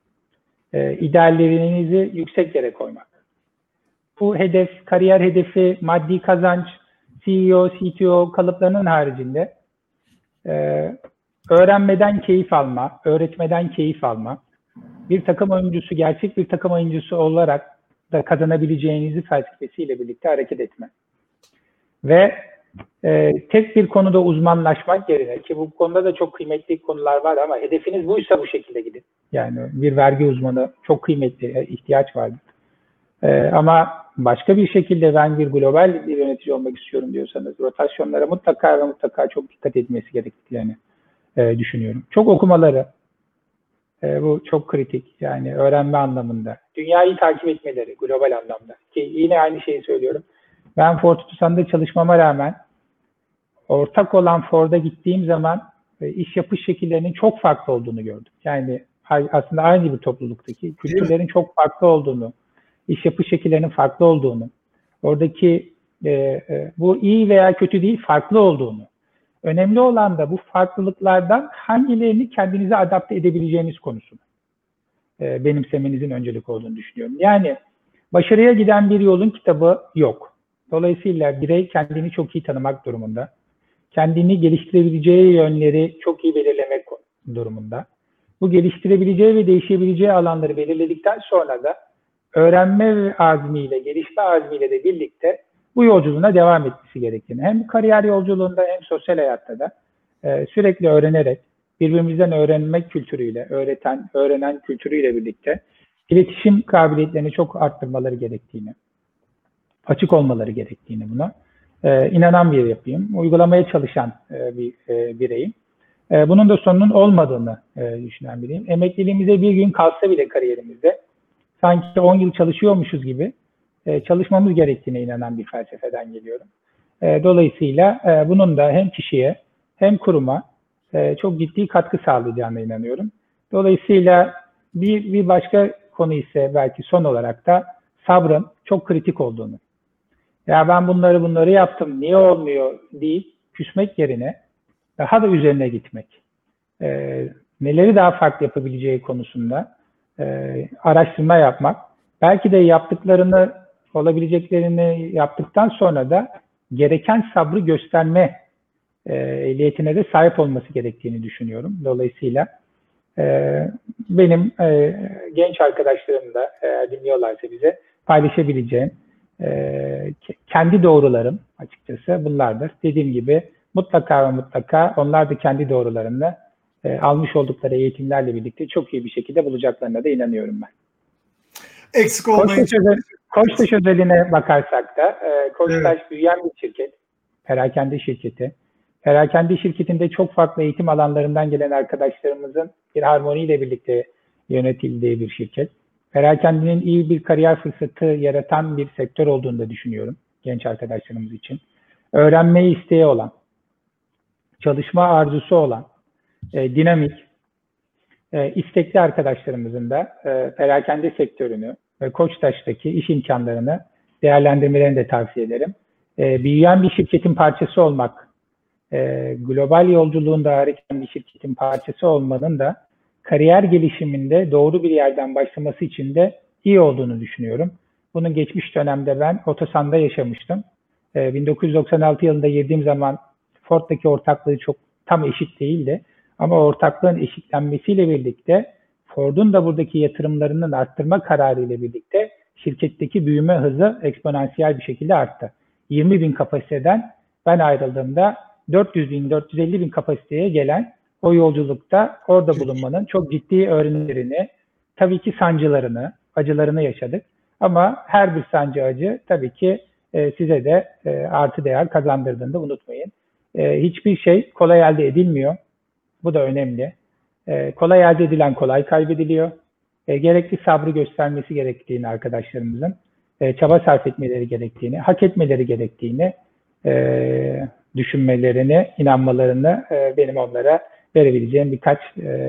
ideallerinizi yüksek yere koymak. Bu hedef, kariyer hedefi, maddi kazanç, CEO, CTO kalıplarının haricinde öğrenmeden keyif alma, öğretmeden keyif alma, bir takım oyuncusu, gerçek bir takım oyuncusu olarak da kazanabileceğinizi felsefesiyle birlikte hareket etme. Ve tek bir konuda uzmanlaşmak yerine, ki bu konuda da çok kıymetli konular var ama hedefiniz buysa bu şekilde gidin. Yani bir vergi uzmanı çok kıymetli, ihtiyaç vardır. Ama başka bir şekilde ben bir global bir yönetici olmak istiyorum diyorsanız rotasyonlara mutlaka ve mutlaka çok dikkat edilmesi gerektiklerini düşünüyorum. Çok okumaları, bu çok kritik, yani öğrenme anlamında. Dünyayı takip etmeleri global anlamda. Ki yine aynı şeyi söylüyorum. Ben Ford Otosan'da çalışmama rağmen ortak olan Ford'a gittiğim zaman iş yapış şekillerinin çok farklı olduğunu gördüm. Yani aslında aynı bir topluluktaki kültürlerin çok farklı olduğunu, iş yapış şekillerinin farklı olduğunu, oradaki bu iyi veya kötü değil, farklı olduğunu. Önemli olan da bu farklılıklardan hangilerini kendinize adapte edebileceğiniz konusunu benimsemenizin öncelik olduğunu düşünüyorum. Yani başarıya giden bir yolun kitabı yok. Dolayısıyla birey kendini çok iyi tanımak durumunda. Kendini geliştirebileceği yönleri çok iyi belirlemek durumunda. Bu geliştirebileceği ve değişebileceği alanları belirledikten sonra da öğrenme azmiyle, gelişme azmiyle de birlikte bu yolculuğuna devam etmesi gerektiğini, hem kariyer yolculuğunda hem sosyal hayatta da sürekli öğrenerek, birbirimizden öğrenmek kültürüyle, öğrenen kültürüyle birlikte iletişim kabiliyetlerini çok arttırmaları gerektiğini, açık olmaları gerektiğini buna inanan bir yapıyım. Uygulamaya çalışan bir bireyim. Bunun da sonunun olmadığını düşünen biriyim. Emekliliğimize bir gün kalsa bile kariyerimizde sanki 10 yıl çalışıyormuşuz gibi çalışmamız gerektiğine inanan bir felsefeden geliyorum. Dolayısıyla bunun da hem kişiye hem kuruma çok ciddi katkı sağlayacağına inanıyorum. Dolayısıyla bir başka konu ise belki son olarak da sabrın çok kritik olduğunu. Ya ben bunları yaptım, niye olmuyor deyip küsmek yerine daha da üzerine gitmek. Neleri daha farklı yapabileceği konusunda araştırma yapmak. Belki de yaptıklarını, olabileceklerini yaptıktan sonra da gereken sabrı gösterme ehliyetine de sahip olması gerektiğini düşünüyorum. Dolayısıyla benim genç arkadaşlarım da dinliyorlarsa bize paylaşabileceğim kendi doğrularım açıkçası bunlardır. Dediğim gibi mutlaka ve mutlaka onlar da kendi doğrularını almış oldukları eğitimlerle birlikte çok iyi bir şekilde bulacaklarına da inanıyorum ben. Eksik olmayın. Koçtaş özeline bakarsak da Koçtaş büyüyen bir şirket, perakende şirketi. Perakende şirketinde çok farklı eğitim alanlarından gelen arkadaşlarımızın bir harmoniyle birlikte yönetildiği bir şirket. Perakendenin iyi bir kariyer fırsatı yaratan bir sektör olduğunu da düşünüyorum genç arkadaşlarımız için. Öğrenmeyi isteği olan, çalışma arzusu olan, dinamik, istekli arkadaşlarımızın da perakende sektörünü ve Koçtaş'taki iş imkanlarını değerlendirmelerini de tavsiye ederim. Büyüyen bir şirketin parçası olmak, global yolculuğunda hareket bir şirketin parçası olmanın da kariyer gelişiminde doğru bir yerden başlaması için de iyi olduğunu düşünüyorum. Bunun geçmiş dönemde ben Otosan'da yaşamıştım. 1996 yılında girdiğim zaman Ford'daki ortaklığı çok tam eşit değildi. Ama ortaklığın eşitlenmesiyle birlikte Ford'un da buradaki yatırımlarının arttırma kararı ile birlikte şirketteki büyüme hızı eksponansiyel bir şekilde arttı. 20.000 kapasiteden ben ayrıldığımda 400.000-450.000 kapasiteye gelen o yolculukta orada bulunmanın çok ciddi öğrenilerini, tabii ki sancılarını, acılarını yaşadık. Ama her bir sancı acı tabii ki size de artı değer kazandırdığını da unutmayın. Hiçbir şey kolay elde edilmiyor. Bu da önemli. Kolay elde edilen kolay kaybediliyor. Gerekli sabrı göstermesi gerektiğini arkadaşlarımızın, çaba sarf etmeleri gerektiğini, hak etmeleri gerektiğini düşünmelerini, inanmalarını benim onlara verebileceğim birkaç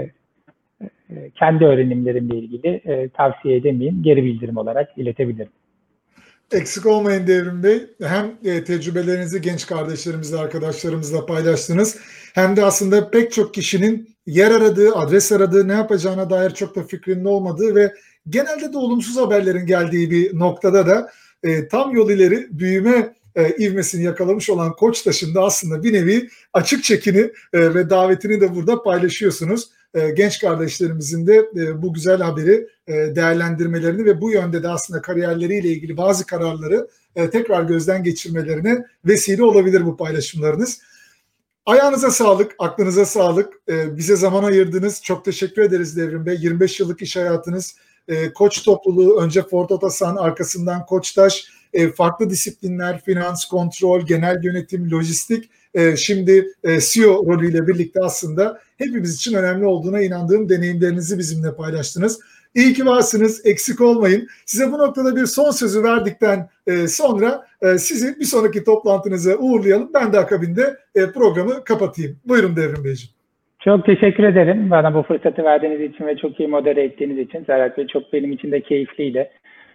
kendi öğrenimlerimle ilgili tavsiye edemeyim, geri bildirim olarak iletebilirim. Eksik olmayın Devrim Bey. Hem tecrübelerinizi genç kardeşlerimizle, arkadaşlarımızla paylaştınız. Hem de aslında pek çok kişinin yer aradığı, adres aradığı, ne yapacağına dair çok da fikrinin olmadığı ve genelde de olumsuz haberlerin geldiği bir noktada da tam yol ileri büyüme ivmesini yakalamış olan Koçtaş'ın da aslında bir nevi açık çekini ve davetini de burada paylaşıyorsunuz. Genç kardeşlerimizin de bu güzel haberi değerlendirmelerini ve bu yönde de aslında kariyerleriyle ilgili bazı kararları tekrar gözden geçirmelerine vesile olabilir bu paylaşımlarınız. Ayağınıza sağlık, aklınıza sağlık. Bize zaman ayırdınız. Çok teşekkür ederiz Devrim Bey. 25 yıllık iş hayatınız, Koç topluluğu, önce Ford Otosan, arkasından Koçtaş, farklı disiplinler, finans, kontrol, genel yönetim, lojistik, şimdi CEO rolüyle birlikte aslında hepimiz için önemli olduğuna inandığım deneyimlerinizi bizimle paylaştınız. İyi ki varsınız, eksik olmayın. Size bu noktada bir son sözü verdikten sonra sizi bir sonraki toplantınıza uğurlayalım. Ben de akabinde programı kapatayım. Buyurun Devrim Beyciğim. Çok teşekkür ederim bana bu fırsatı verdiğiniz için ve çok iyi modere ettiğiniz için. Serhat Bey, çok benim için de keyifliydi.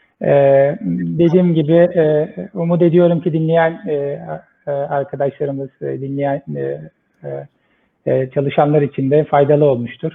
Dediğim gibi umut ediyorum ki dinleyen arkadaşlarımız, dinleyen çalışanlar için de faydalı olmuştur.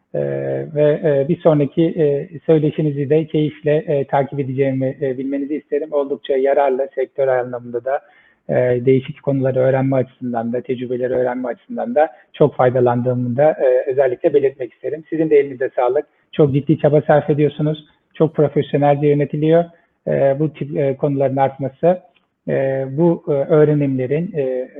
Ve bir sonraki söyleşinizi de keyifle takip edeceğimi bilmenizi isterim. Oldukça yararlı, sektör anlamında da değişik konuları öğrenme açısından da, tecrübeleri öğrenme açısından da çok faydalandığımı da özellikle belirtmek isterim. Sizin de elinize sağlık. Çok ciddi çaba sarf ediyorsunuz. Çok profesyonelce yönetiliyor. Bu tip konuların artması, bu öğrenimlerin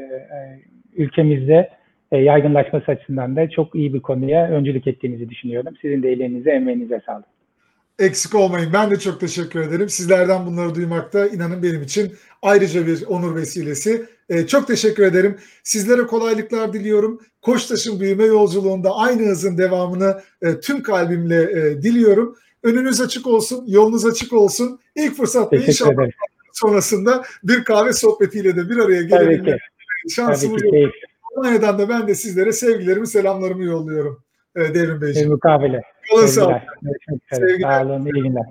ülkemizde yaygınlaşması açısından da çok iyi bir konuya öncülük ettiğinizi düşünüyorum. Sizin de elinize, emeğinize sağlık. Eksik olmayın. Ben de çok teşekkür ederim. Sizlerden bunları duymak da inanın benim için ayrıca bir onur vesilesi. Çok teşekkür ederim. Sizlere kolaylıklar diliyorum. Koçtaş'ın büyüme yolculuğunda aynı hızın devamını tüm kalbimle diliyorum. Önünüz açık olsun, yolunuz açık olsun. İlk fırsatta inşallah sonrasında bir kahve sohbetiyle de bir araya gelebilmek şansımız olur. Almanya'dan da ben de sizlere sevgilerimi, selamlarımı yolluyorum Devrim Beyciğim. Mukabele. Kalın sağ olun. Sağ olun, iyi günler.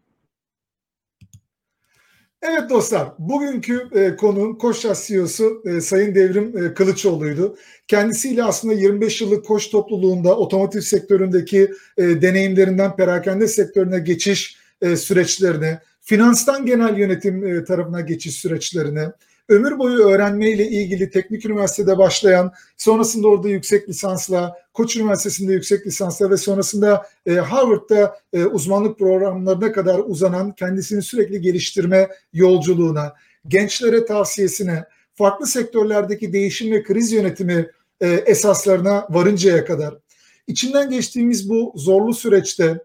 Evet dostlar, bugünkü konuğum Koçtaş CEO'su Sayın Devrim Kılıçoğlu'ydu. Kendisiyle aslında 25 yıllık Koç topluluğunda otomotiv sektöründeki deneyimlerinden perakende sektörüne geçiş süreçlerine, finanstan genel yönetim tarafına geçiş süreçlerine, ömür boyu öğrenmeyle ilgili teknik üniversitede başlayan, sonrasında orada yüksek lisansla, Koç Üniversitesi'nde yüksek lisansla ve sonrasında Harvard'da uzmanlık programlarına kadar uzanan kendisini sürekli geliştirme yolculuğuna, gençlere tavsiyesine, farklı sektörlerdeki değişim ve kriz yönetimi esaslarına varıncaya kadar, içinden geçtiğimiz bu zorlu süreçte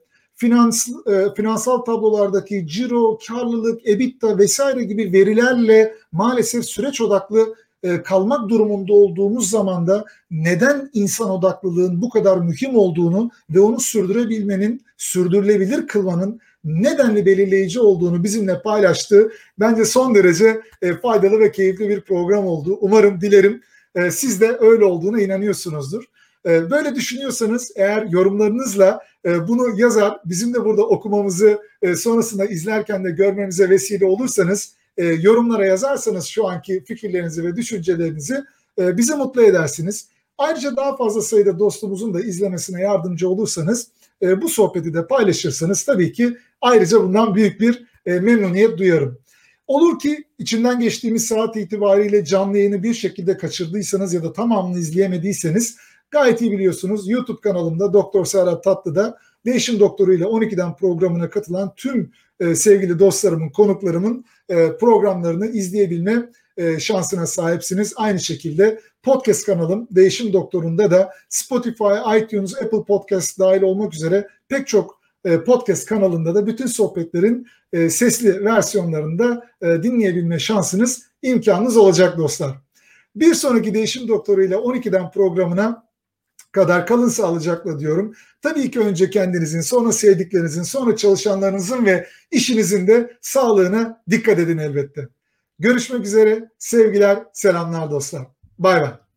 finansal tablolardaki ciro, karlılık, EBITDA vesaire gibi verilerle maalesef süreç odaklı kalmak durumunda olduğumuz zaman da neden insan odaklılığın bu kadar mühim olduğunu ve onu sürdürebilmenin, sürdürülebilir kılmanın nedenli belirleyici olduğunu bizimle paylaştığı bence son derece faydalı ve keyifli bir program oldu. Umarım, dilerim siz de öyle olduğuna inanıyorsunuzdur. Böyle düşünüyorsanız eğer yorumlarınızla bunu yazar, bizim de burada okumamızı sonrasında izlerken de görmemize vesile olursanız, yorumlara yazarsanız şu anki fikirlerinizi ve düşüncelerinizi bizi mutlu edersiniz. Ayrıca daha fazla sayıda dostumuzun da izlemesine yardımcı olursanız, bu sohbeti de paylaşırsanız tabii ki ayrıca bundan büyük bir memnuniyet duyarım. Olur ki içinden geçtiğimiz saat itibariyle canlı yayını bir şekilde kaçırdıysanız ya da tamamını izleyemediyseniz, gayet iyi biliyorsunuz YouTube kanalımda Doktor Serhat Tatlı'da Değişim Doktoru ile 12'den programına katılan tüm sevgili dostlarımın, konuklarımın programlarını izleyebilme şansına sahipsiniz. Aynı şekilde podcast kanalım Değişim Doktoru'nda da Spotify, iTunes, Apple Podcast dahil olmak üzere pek çok podcast kanalında da bütün sohbetlerin sesli versiyonlarında dinleyebilme şansınız, imkanınız olacak dostlar. Bir sonraki Değişim Doktoru ile 12'den programına kadar kalın sağlıcakla diyorum. Tabii ki önce kendinizin, sonra sevdiklerinizin, sonra çalışanlarınızın ve işinizin de sağlığına dikkat edin elbette. Görüşmek üzere. Sevgiler, selamlar dostlar. Bay bay.